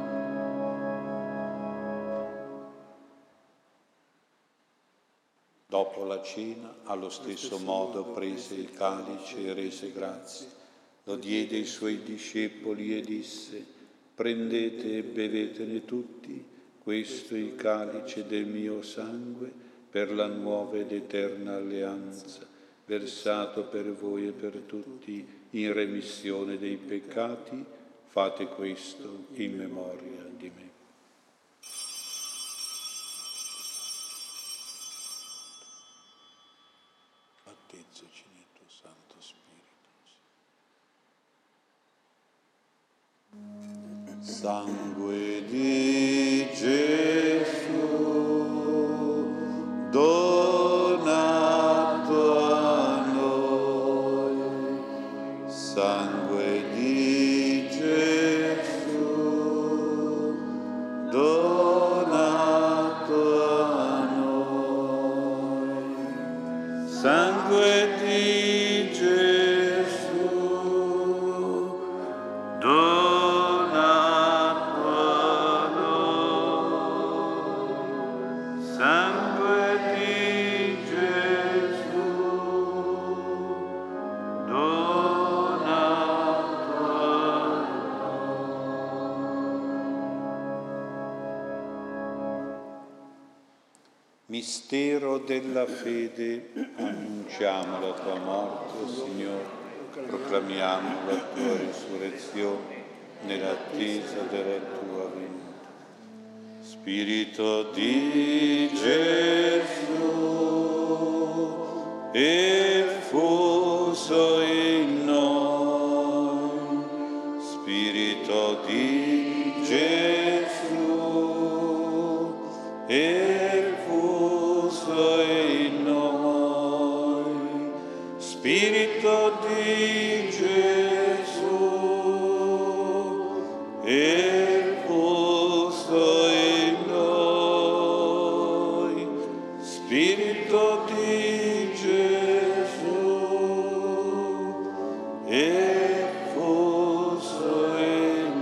Dopo la cena, allo stesso modo prese il calice e rese grazie, lo diede ai suoi discepoli e disse: prendete e bevetene tutti, questo è il calice del mio sangue per la nuova ed eterna alleanza, versato per voi e per tutti in remissione dei peccati. Fate questo in memoria di me. Battezzaci nel tuo Santo Spirito. Sangue di Gesù, donato a noi, sangue di Gesù, donato a noi, sangue di Gesù, donato a noi, sangue di Gesù, donato a noi. Mistero della fede, annunciamo la tua morte, Signore, proclamiamo la tua risurrezione nell'attesa della tua venuta. Spirito di Gesù, effuso in noi, Spirito di Gesù, effuso in noi, Spirito di Gesù, effuso in noi, Spirito di Gesù, effuso in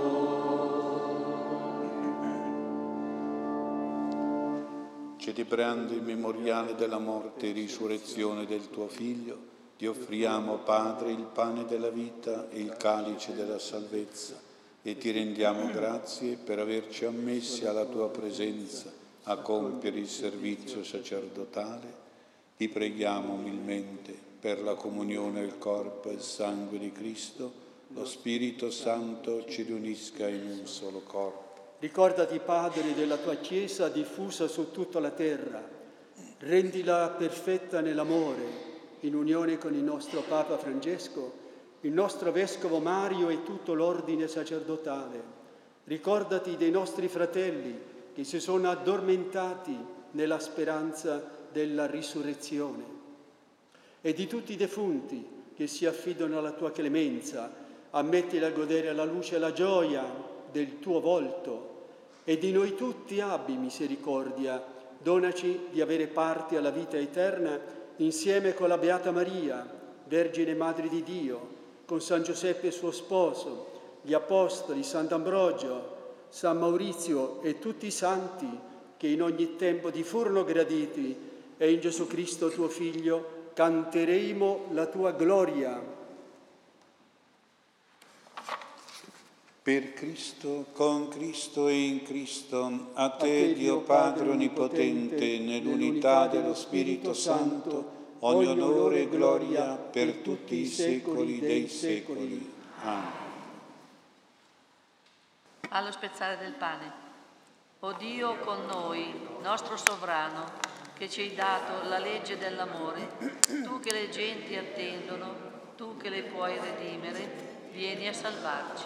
noi. Celebrando il memoriale della morte e risurrezione del tuo Figlio, ti offriamo, Padre, il pane della vita e il calice della salvezza, e ti rendiamo grazie per averci ammessi alla tua presenza a compiere il servizio sacerdotale. Ti preghiamo umilmente per la comunione del corpo e il sangue di Cristo, lo Spirito Santo ci riunisca in un solo corpo. Ricordati, Padre, della tua Chiesa diffusa su tutta la terra. Rendila perfetta nell'amore, in unione con il nostro Papa Francesco, il nostro Vescovo Mario e tutto l'ordine sacerdotale. Ricordati dei nostri fratelli che si sono addormentati nella speranza della risurrezione e di tutti i defunti che si affidano alla tua clemenza. Ammettili a godere la luce e la gioia del tuo volto e di noi tutti abbi misericordia. Donaci di avere parte alla vita eterna insieme con la Beata Maria, Vergine Madre di Dio, con San Giuseppe suo sposo, gli Apostoli, Sant'Ambrogio, San Maurizio e tutti i santi che in ogni tempo ti furono graditi, e in Gesù Cristo tuo Figlio canteremo la tua gloria. Per Cristo, con Cristo e in Cristo, a te, Dio Padre Onnipotente, nell'unità dello Spirito Santo, ogni onore e gloria per tutti i secoli dei secoli. Amen. Allo spezzare del pane. O Dio con noi, nostro sovrano, che ci hai dato la legge dell'amore, tu che le genti attendono, tu che le puoi redimere, vieni a salvarci.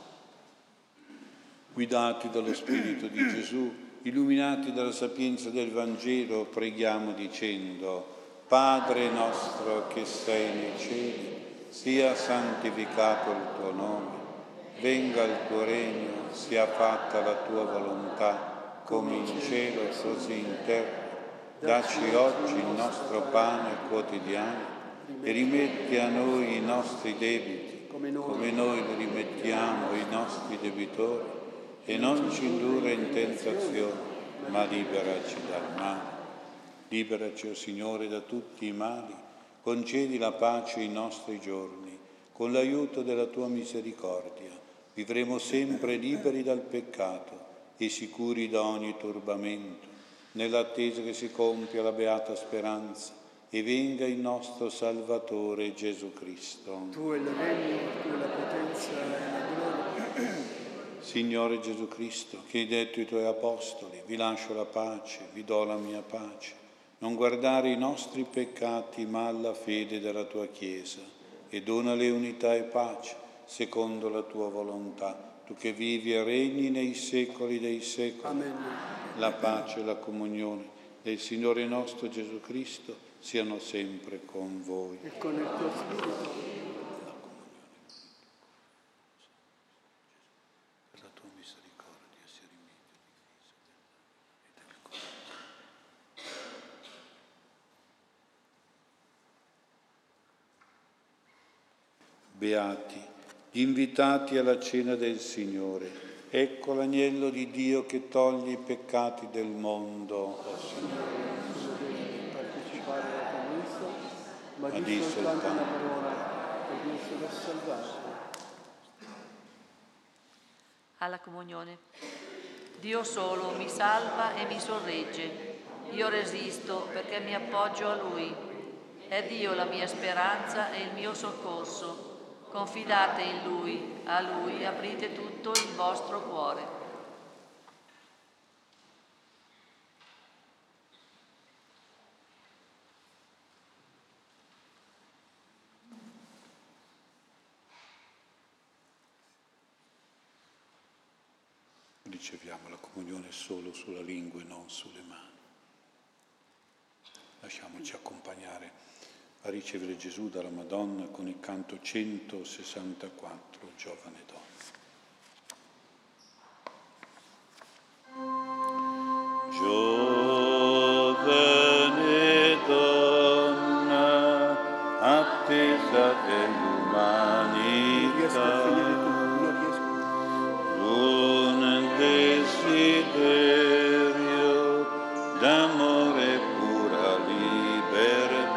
Guidati dallo Spirito di Gesù, illuminati dalla sapienza del Vangelo, preghiamo dicendo: Padre nostro che sei nei cieli, sia santificato il tuo nome, venga il tuo regno, sia fatta la tua volontà, come in cielo e così in terra. Dacci oggi il nostro pane quotidiano e rimetti a noi i nostri debiti, come noi li rimettiamo ai nostri debitori, e non ci indurre in tentazione, ma liberaci dal male. Liberaci, o Signore, da tutti i mali, concedi la pace ai nostri giorni, con l'aiuto della tua misericordia. Vivremo sempre liberi dal peccato e sicuri da ogni turbamento, nell'attesa che si compia la beata speranza e venga il nostro Salvatore Gesù Cristo. Tu è il regno, tu è la potenza e la gloria. Signore Gesù Cristo, che hai detto ai tuoi apostoli: vi lascio la pace, vi do la mia pace. Non guardare i nostri peccati, ma alla fede della tua Chiesa, e donale unità e pace, secondo la tua volontà, tu che vivi e regni nei secoli dei secoli. Amen. La pace e la comunione del Signore nostro Gesù Cristo siano sempre con voi. E con il tuo Spirito. Beati gli invitati alla cena del Signore. Ecco l'agnello di Dio che toglie i peccati del mondo, o Signore. Partecipare alla tua messa, ma Ma di di soltanto soltanto una parola, e Dio sarà salvato. Alla comunione. Dio solo mi salva e mi sorregge. Io resisto perché mi appoggio a Lui. È Dio la mia speranza e il mio soccorso. Confidate in Lui, a Lui aprite tutto il vostro cuore. Riceviamo la comunione solo sulla lingua e non sulle mani. Lasciamoci accompagnare a ricevere Gesù dalla Madonna con il canto centosessantaquattro, Giovane Donna. Giovane donna, attesa dell'umanità, un desiderio d'amore pura libertà.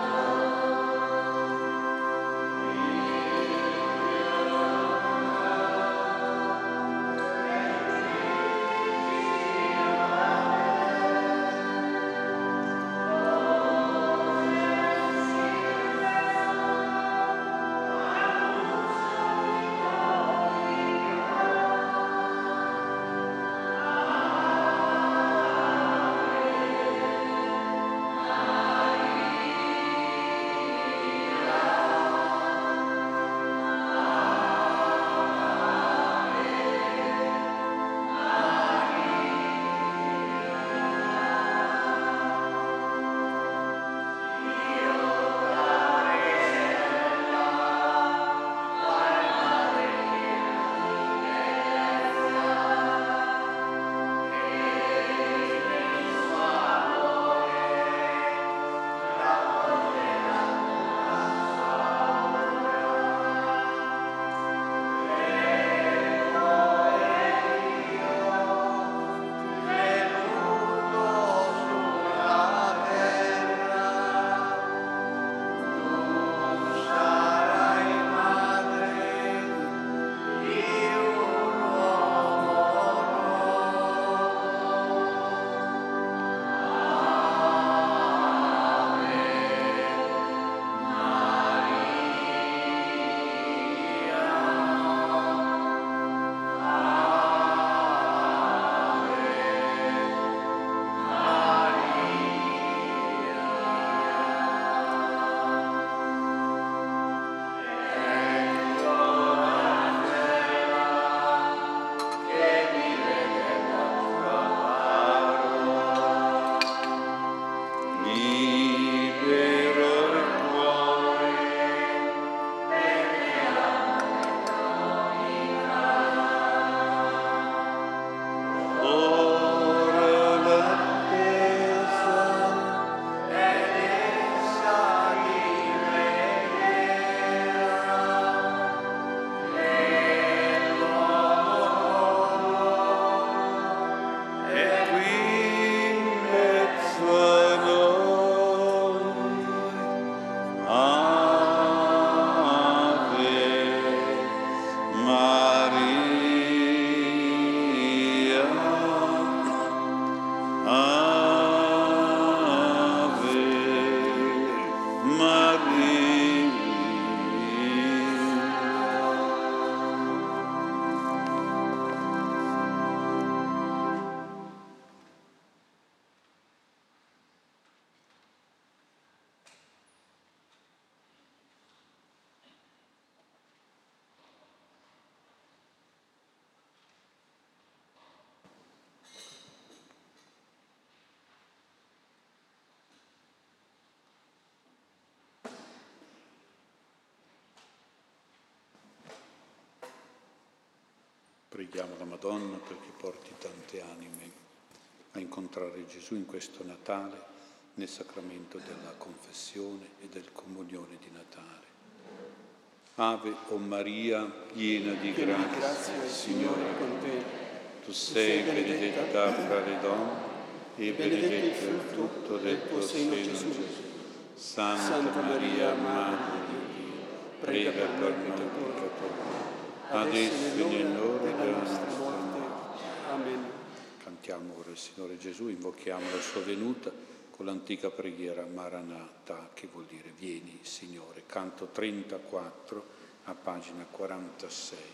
Preghiamo la Madonna perché porti tante anime a incontrare Gesù in questo Natale, nel sacramento della confessione e del comunione di Natale. Ave, o Maria, piena di grazia, il Signore è con te. Tu sei benedetta fra le donne e benedetto il frutto del tuo seno, Gesù. Santa Maria, Madre di Dio, prega per noi peccatori, adesso e nell'ora della nostra morte. Amen. Cantiamo ora il Signore Gesù, invochiamo la sua venuta con l'antica preghiera Maranatha, che vuol dire vieni, Signore. Canto trentaquattro, a pagina quarantasei.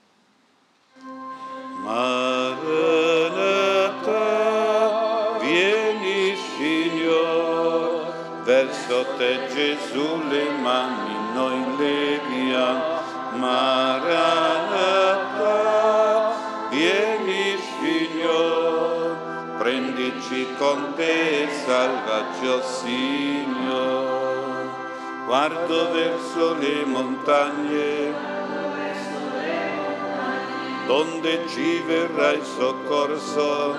Maranatha, vieni, Signore, verso te Gesù le mani noi leviamo. Maranatha, vieni, Signore, prendici con te, salvaci, o Signore. Guardo verso le montagne, donde ci verrà il soccorso.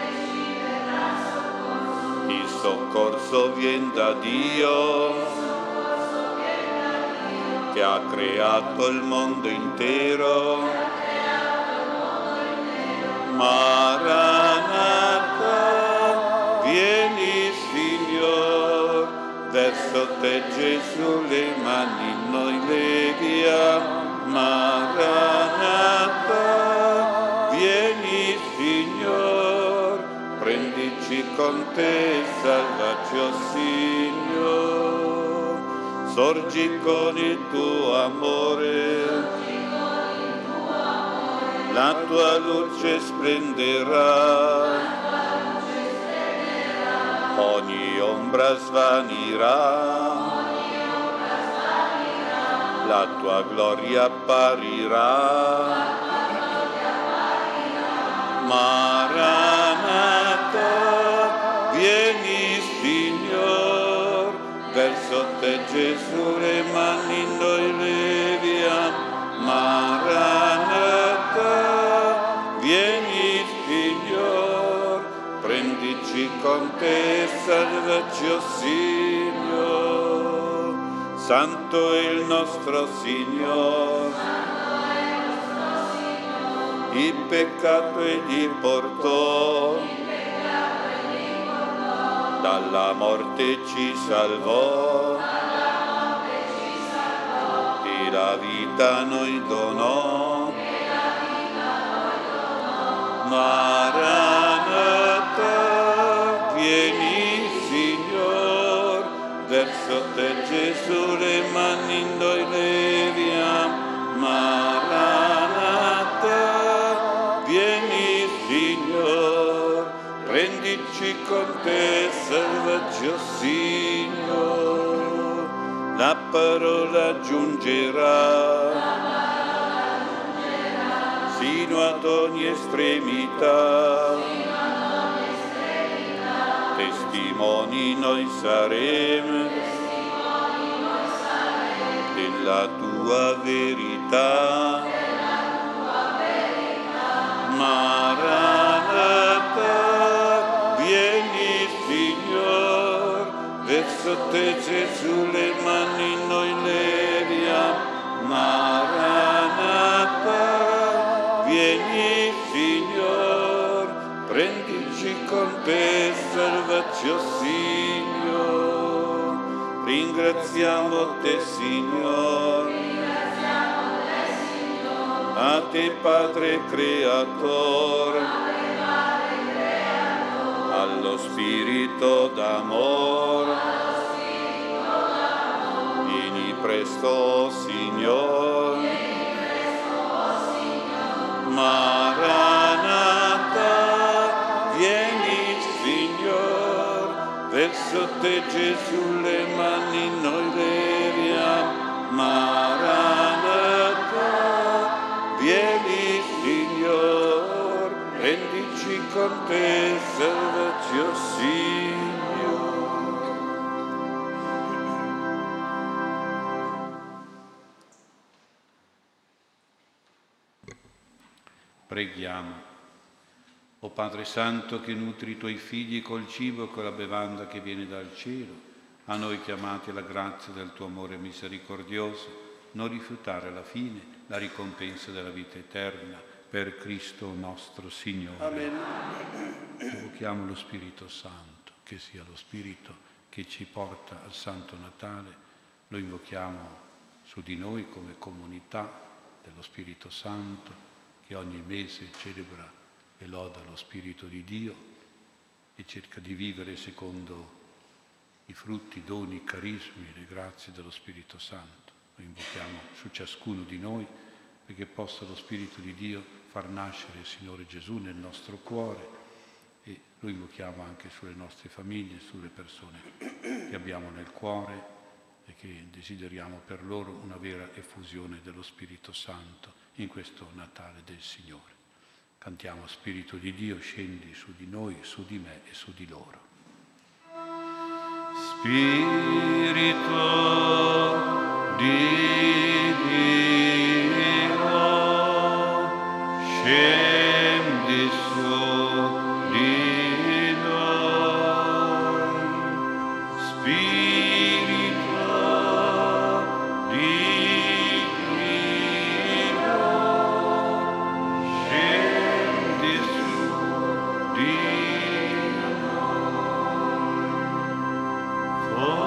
Il soccorso vien da Dio, che ha creato il mondo intero. Maranatha, vieni, Signore, verso te Gesù le mani noi leviamo. Maranatha, vieni, Signore, prendici con te, salvaci, o Signore. Sorgi con il tuo amore, la tua luce splenderà, ogni ombra svanirà, la tua gloria apparirà. Maranatha, vieni, Signore, verso te Gesù le mani noi leviamo. Maranatha, vieni, Signore, prendici con te, salvaci, o Signore. Santo è il nostro Signore, il peccato egli portò, dalla morte ci salvò, e la vita noi donò. Maranatha, vieni, Signore, verso te Gesù le mani noi leviamo. Maranatha, vieni, Signore, prendici con te, salvaci, o Signore. La parola giungerà sino ad ogni estremità, testimoni noi saremo della tua verità. Maranatha, vieni, Signore, verso te Gesù le mani noi leviamo. Maranatha, vieni, Signore, prendici con te, salvaci, o Signore. Ringraziamo te, Signore, a te Padre Creatore, allo Spirito d'amore, vieni presto, Signore. Maranatha, vieni, Signore, verso te Gesù le mani noi leviamo. Maranatha, vieni, Signore, prendici con te, salvaci, o Signore. Preghiamo. O Padre Santo, che nutri i tuoi figli col cibo e con la bevanda che viene dal cielo, a noi chiamati alla grazia del tuo amore misericordioso, non rifiutare alla fine la ricompensa della vita eterna, per Cristo nostro Signore. Amen. Invochiamo lo Spirito Santo, che sia lo Spirito che ci porta al Santo Natale. Lo invochiamo su di noi come comunità dello Spirito Santo, che ogni mese celebra e loda lo Spirito di Dio e cerca di vivere secondo i frutti, i doni, i carismi, le grazie dello Spirito Santo. Lo invochiamo su ciascuno di noi perché possa lo Spirito di Dio far nascere il Signore Gesù nel nostro cuore, e lo invochiamo anche sulle nostre famiglie, sulle persone che abbiamo nel cuore e che desideriamo per loro una vera effusione dello Spirito Santo in questo Natale del Signore. Cantiamo: Spirito di Dio, scendi su di noi, su di me e su di loro. Spirito di Dio, scendi su di noi. Spirito di Dio, scendi su di noi.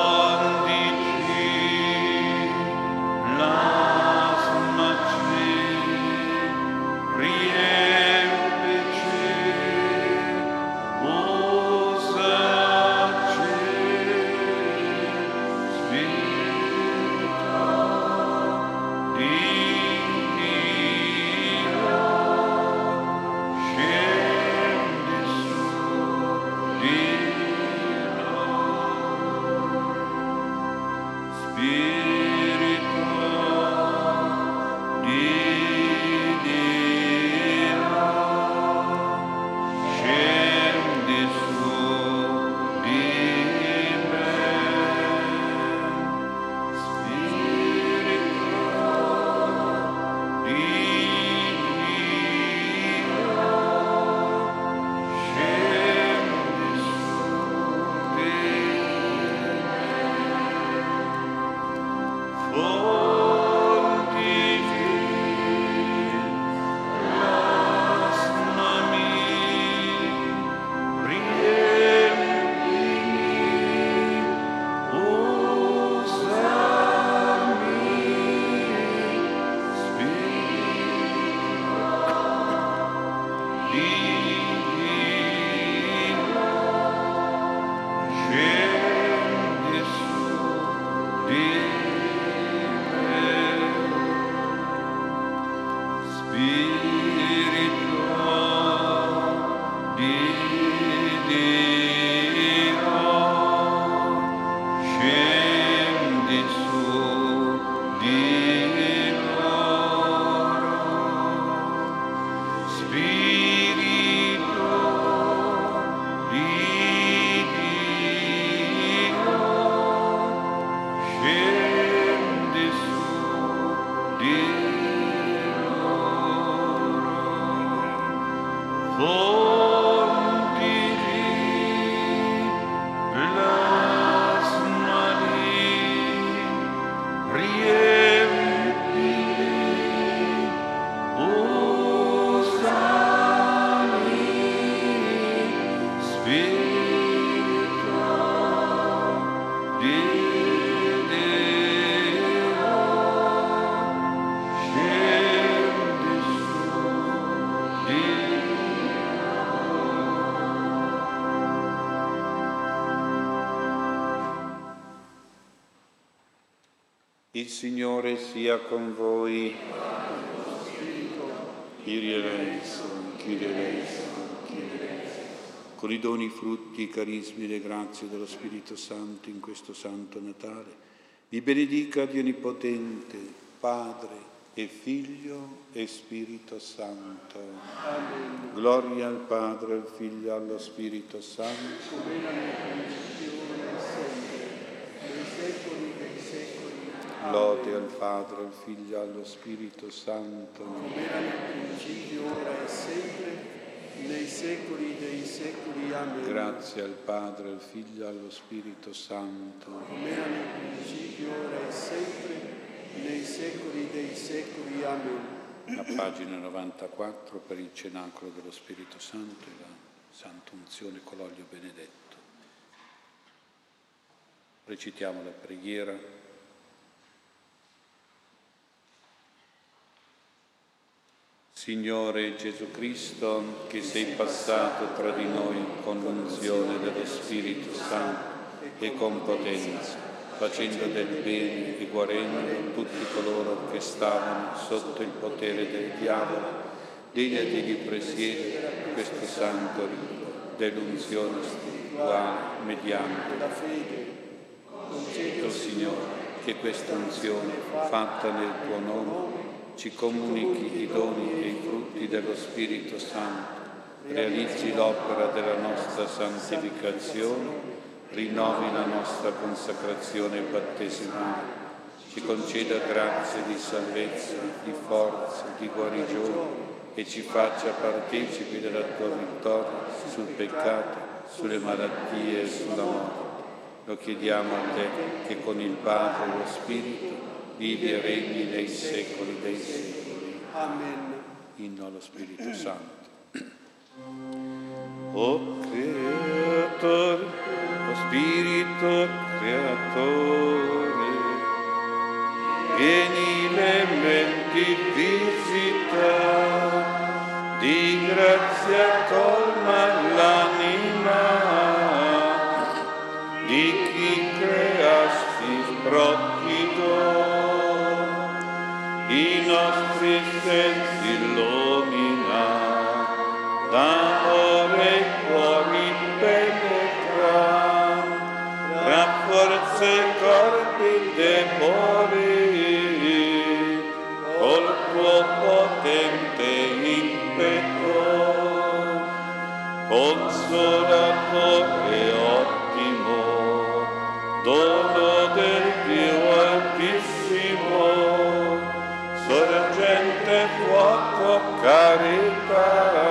Il Signore sia con voi. Kyrie eleison, Kyrie eleison, Kyrie eleison. Con i doni, frutti, i carismi e le grazie dello Spirito Santo in questo Santo Natale, vi benedica Dio Onnipotente, Padre e Figlio e Spirito Santo. Amen. Gloria al Padre, al Figlio e allo Spirito Santo. Lode al Padre, al Figlio e allo Spirito Santo. Come era nel principio, ora e sempre, nei secoli dei secoli. Amen. Grazie al Padre, al Figlio e allo Spirito Santo. Come era nel principio, ora e sempre, nei secoli dei secoli. Amen. La pagina novantaquattro per il cenacolo dello Spirito Santo e la Santa Unzione con l'olio benedetto. Recitiamo la preghiera. Signore Gesù Cristo, che sei passato tra di noi con l'unzione dello Spirito Santo e con potenza, facendo del bene e guarendo tutti coloro che stavano sotto il potere del diavolo, degnati di presiedere questo santo rito dell'unzione spirituale mediante la fede. Concedi, Signore, che questa unzione, fatta nel tuo nome, ci comunichi i doni e i frutti dello Spirito Santo, realizzi l'opera della nostra santificazione, rinnovi la nostra consacrazione battesimale, ci conceda grazie di salvezza, di forza, di guarigione e ci faccia partecipi della tua vittoria sul peccato, sulle malattie e sulla morte. Lo chiediamo a te che con il Padre e lo Spirito vivi e regni nei secoli dei secoli. Amen. Inno allo Spirito Santo. O Creatore, o Spirito Creatore, vieni le menti visita, di grazia colma l'anima di chi creasti propido. I nostri sensi illumina, d'amore i cuori penetra, rafforza i corpi deboli, col tuo potente impeto, consolatore ottimo, dono del Dio Altissimo, sorgente fuoco carità,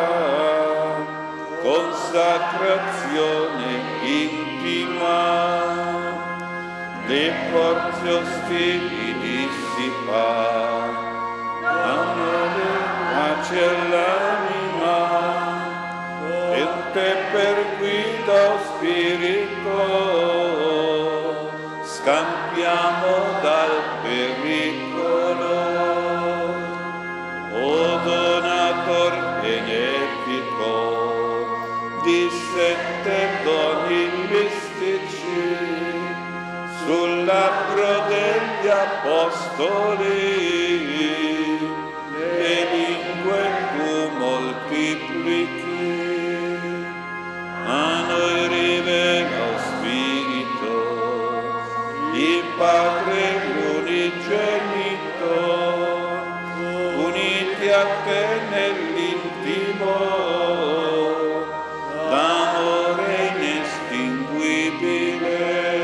consacrazione intima, le forze ostili dissipa, amore, pace all'anima, e te per guida o spirito, scampiamo dal pericolo. O donator benefico di sette doni mistici, sul labbro degli apostoli le lingue tu moltiplichi, a noi rivela o Spirito, il Padre l'unigenito, uniti a te nell'intimo, d'amore inestinguibile,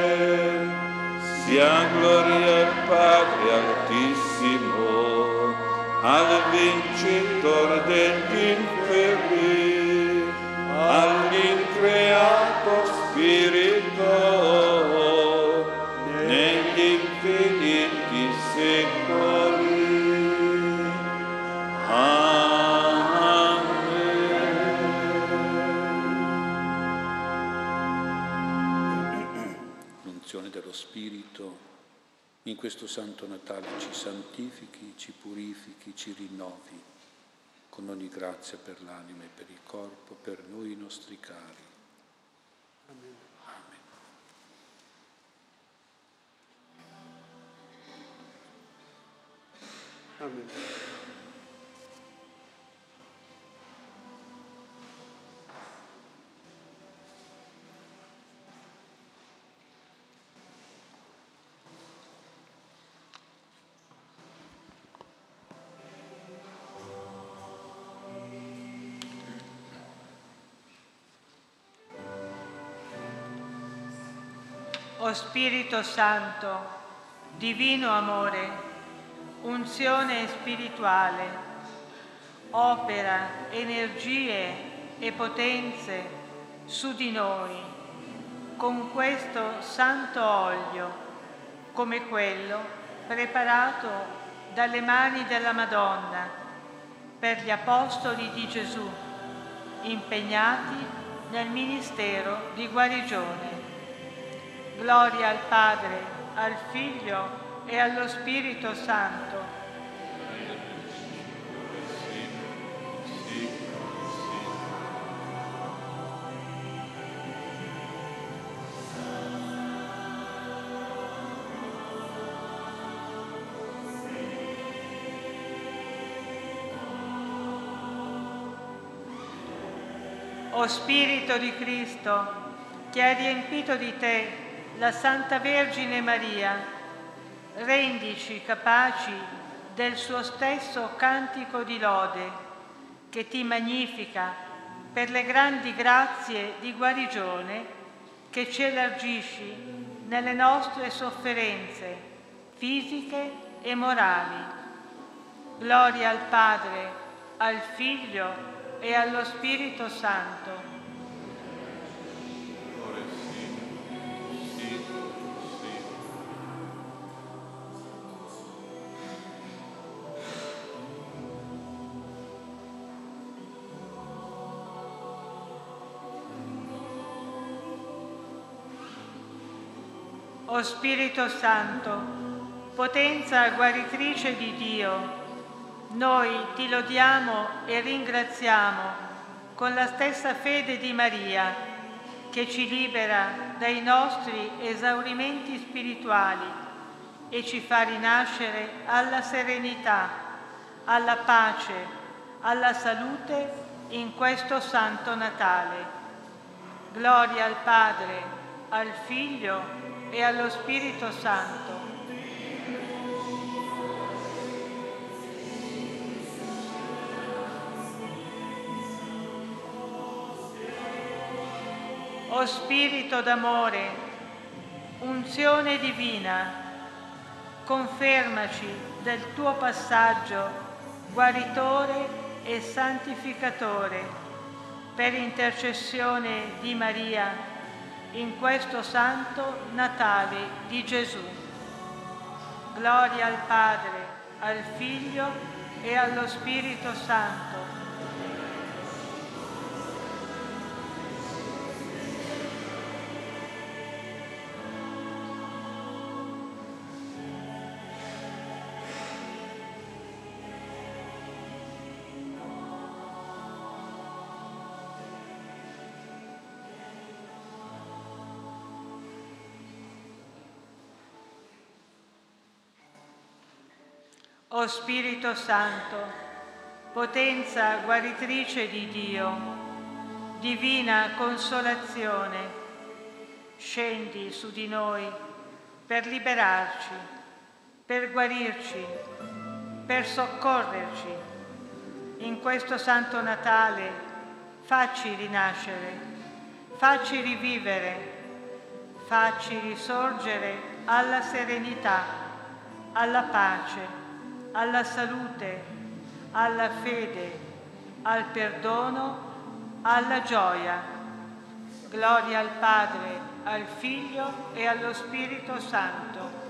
sia gloria al Padre Altissimo, al vincitor degli infermi, all'increato Spirito, negli infiniti secoli. L'unzione dello Spirito in questo Santo Natale ci santifichi, ci purifichi, ci rinnovi con ogni grazia per l'anima e per il corpo, per noi i nostri cari. Amen. Amen. O Spirito Santo, divino amore, unzione spirituale, opera energie e potenze su di noi con questo santo olio, come quello preparato dalle mani della Madonna per gli apostoli di Gesù, impegnati nel ministero di guarigione. Gloria al Padre, al Figlio e allo Spirito Santo. O Spirito di Cristo, che hai riempito di te la Santa Vergine Maria, rendici capaci del suo stesso cantico di lode, che ti magnifica per le grandi grazie di guarigione che ci elargisci nelle nostre sofferenze fisiche e morali. Gloria al Padre, al Figlio e allo Spirito Santo. Ora sì, sì, sì. O Spirito Santo, potenza guaritrice di Dio, noi ti lodiamo e ringraziamo con la stessa fede di Maria, che ci libera dai nostri esaurimenti spirituali e ci fa rinascere alla serenità, alla pace, alla salute in questo Santo Natale. Gloria al Padre, al Figlio e allo Spirito Santo. O Spirito d'amore, unzione divina, confermaci del tuo passaggio guaritore e santificatore per intercessione di Maria in questo Santo Natale di Gesù. Gloria al Padre, al Figlio e allo Spirito Santo. O Spirito Santo, potenza guaritrice di Dio, divina consolazione, scendi su di noi per liberarci, per guarirci, per soccorrerci. In questo Santo Natale facci rinascere, facci rivivere, facci risorgere alla serenità, alla pace, alla salute, alla fede, al perdono, alla gioia. Gloria al Padre, al Figlio e allo Spirito Santo.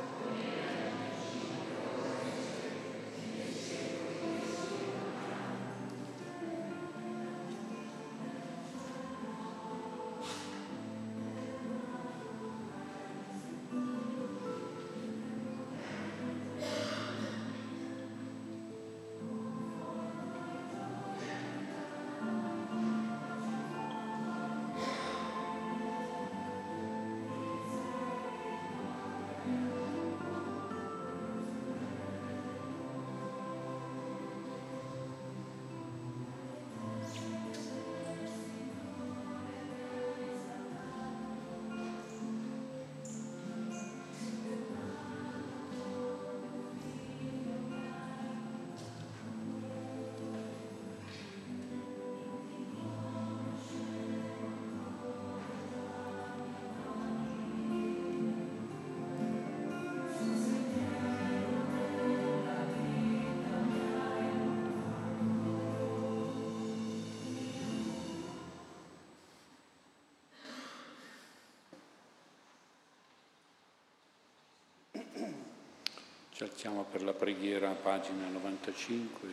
Ci alziamo per la preghiera, pagina novantacinque.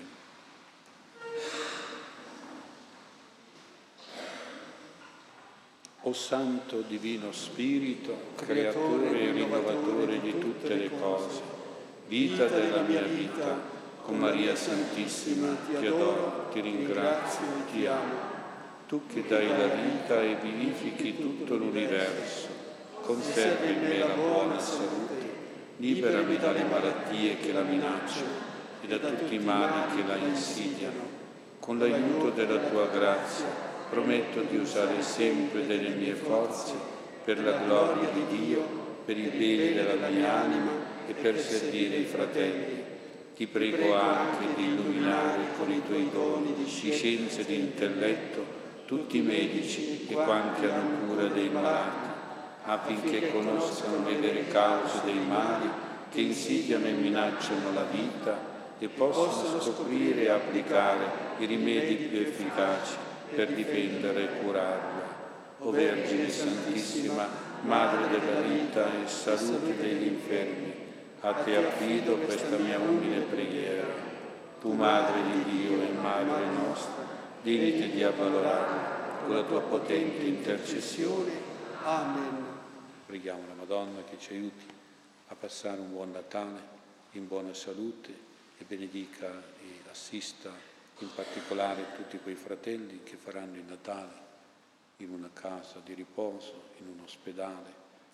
O Santo Divino Spirito, Creatore e Rinnovatore di tutte le cose, vita della mia vita, con Maria Santissima ti adoro, ti ringrazio e ti amo. Tu che dai la vita e vivifichi tutto l'universo, conservi in me la buona salute, liberami dalle malattie che la minacciano e da tutti i mali che la insidiano. Con l'aiuto della tua grazia prometto di usare sempre delle mie forze per la gloria di Dio, per il bene della mia anima e per servire i fratelli. Ti prego anche di illuminare con i tuoi doni di scienza e di intelletto tutti i medici e quanti hanno cura dei malati, affinché conoscano le vere cause dei mali che insidiano e minacciano la vita e possano scoprire e applicare i rimedi più efficaci per difendere e curarla. O Vergine Santissima, Madre della vita e salute degli infermi, a te affido questa mia umile preghiera. Tu, Madre di Dio e Madre nostra, digniti di avvalorarla con la tua potente intercessione. Amen. Preghiamo la Madonna che ci aiuti a passare un buon Natale in buona salute e benedica e assista in particolare tutti quei fratelli che faranno il Natale in una casa di riposo, in un ospedale,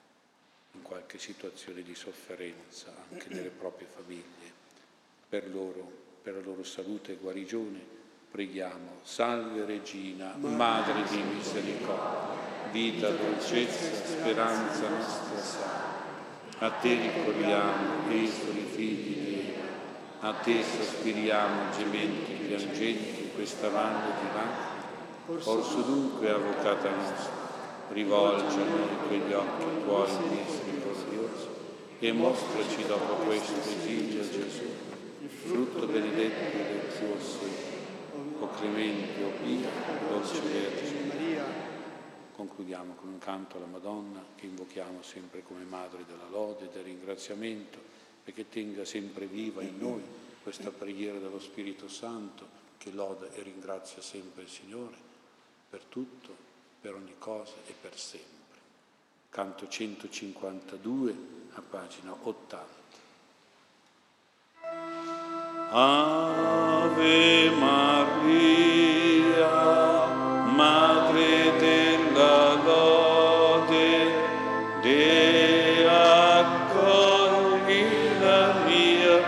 in qualche situazione di sofferenza anche nelle proprie famiglie. Per loro, per la loro salute e guarigione, preghiamo. Salve Regina, Madre di misericordia, vita, dolcezza, speranza nostra salve. A te ricorriamo, esuli figli di Eva, a te sospiriamo, gementi, piangenti, in questa valle di lacrime. Orso dunque, avvocata nostra, rivolgi a noi quegli occhi tuoi misericordiosi e mostraci dopo questo esilio Gesù, il frutto benedetto del tuo seno. O clemente, o pia, dolce Vergine Maria. Concludiamo con un canto alla Madonna che invochiamo sempre come Madre della lode e del ringraziamento e che tenga sempre viva in noi questa preghiera dello Spirito Santo che loda e ringrazia sempre il Signore per tutto, per ogni cosa e per sempre. Canto centocinquantadue a pagina ottanta. Ave Maria, Madre della lode, Dei accogli la mia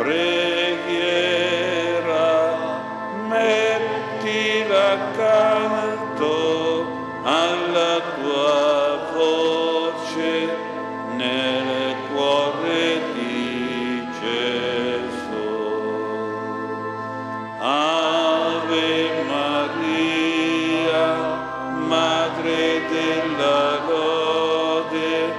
preghiera, mettila accanto alla tua voce nel cuore di Gesù. Ave Maria, Madre della lode,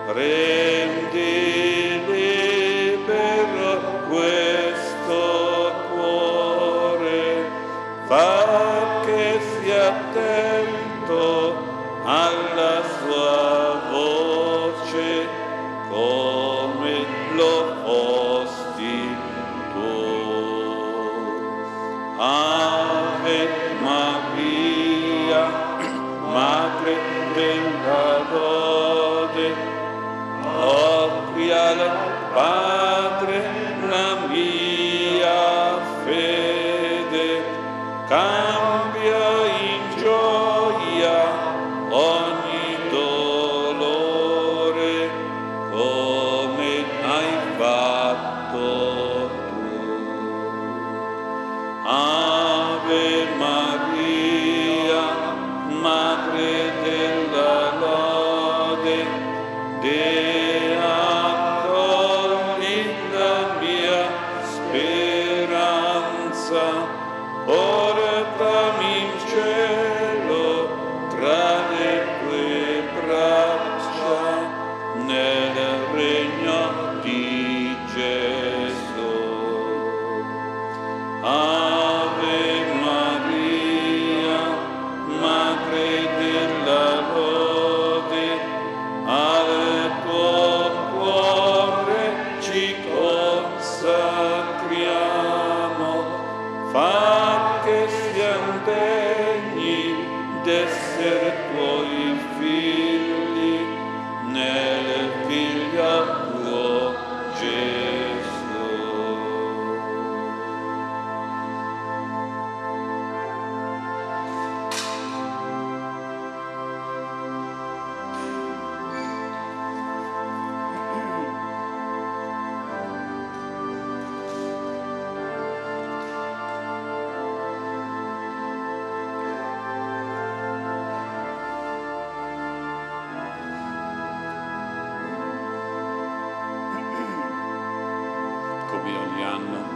rendi libero questo cuore, fa che sia attento alla sua voce come lo fosti tu. Ave Maria, Madre della lode, offri al Padre la mia fede, cambia in gioia ogni dolore come hai fatto tu. Ave Maria, Madre della lode, Dei accogli come ogni anno.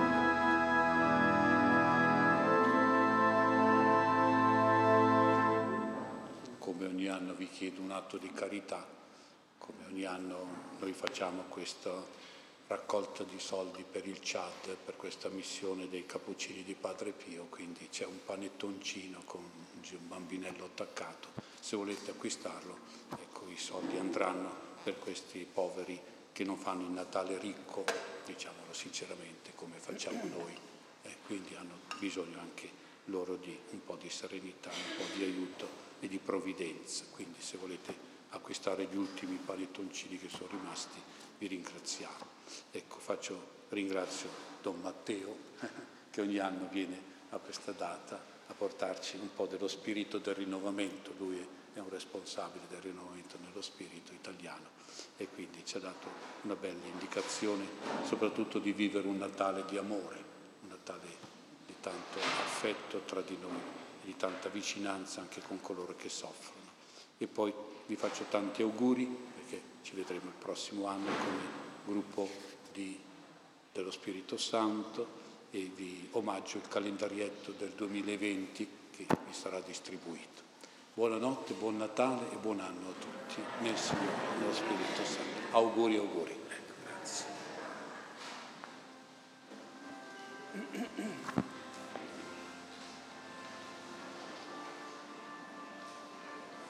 Come ogni anno vi chiedo un atto di carità, come ogni anno noi facciamo questa raccolta di soldi per il Chad, per questa missione dei Cappuccini di Padre Pio, quindi c'è un panettoncino con un bambinello attaccato, se volete acquistarlo, ecco, i soldi andranno per questi poveri che non fanno il Natale ricco, diciamolo sinceramente, come facciamo noi, eh, quindi hanno bisogno anche loro di un po' di serenità, un po' di aiuto e di provvidenza, quindi se volete acquistare gli ultimi panettoncini che sono rimasti, vi ringraziamo. Ecco, faccio, ringrazio Don Matteo che ogni anno viene a questa data a portarci un po' dello spirito del rinnovamento, lui è un responsabile del rinnovamento nello spirito italiano e quindi ci ha dato una bella indicazione, soprattutto di vivere un Natale di amore, un Natale di tanto affetto tra di noi, di tanta vicinanza anche con coloro che soffrono. E poi vi faccio tanti auguri, perché ci vedremo il prossimo anno come gruppo di, dello Spirito Santo, e vi omaggio il calendarietto del duemilaventi che vi sarà distribuito. Buonanotte, buon Natale e buon anno a tutti, nel Signore, nello Spirito Santo. Auguri, auguri. Ecco, grazie.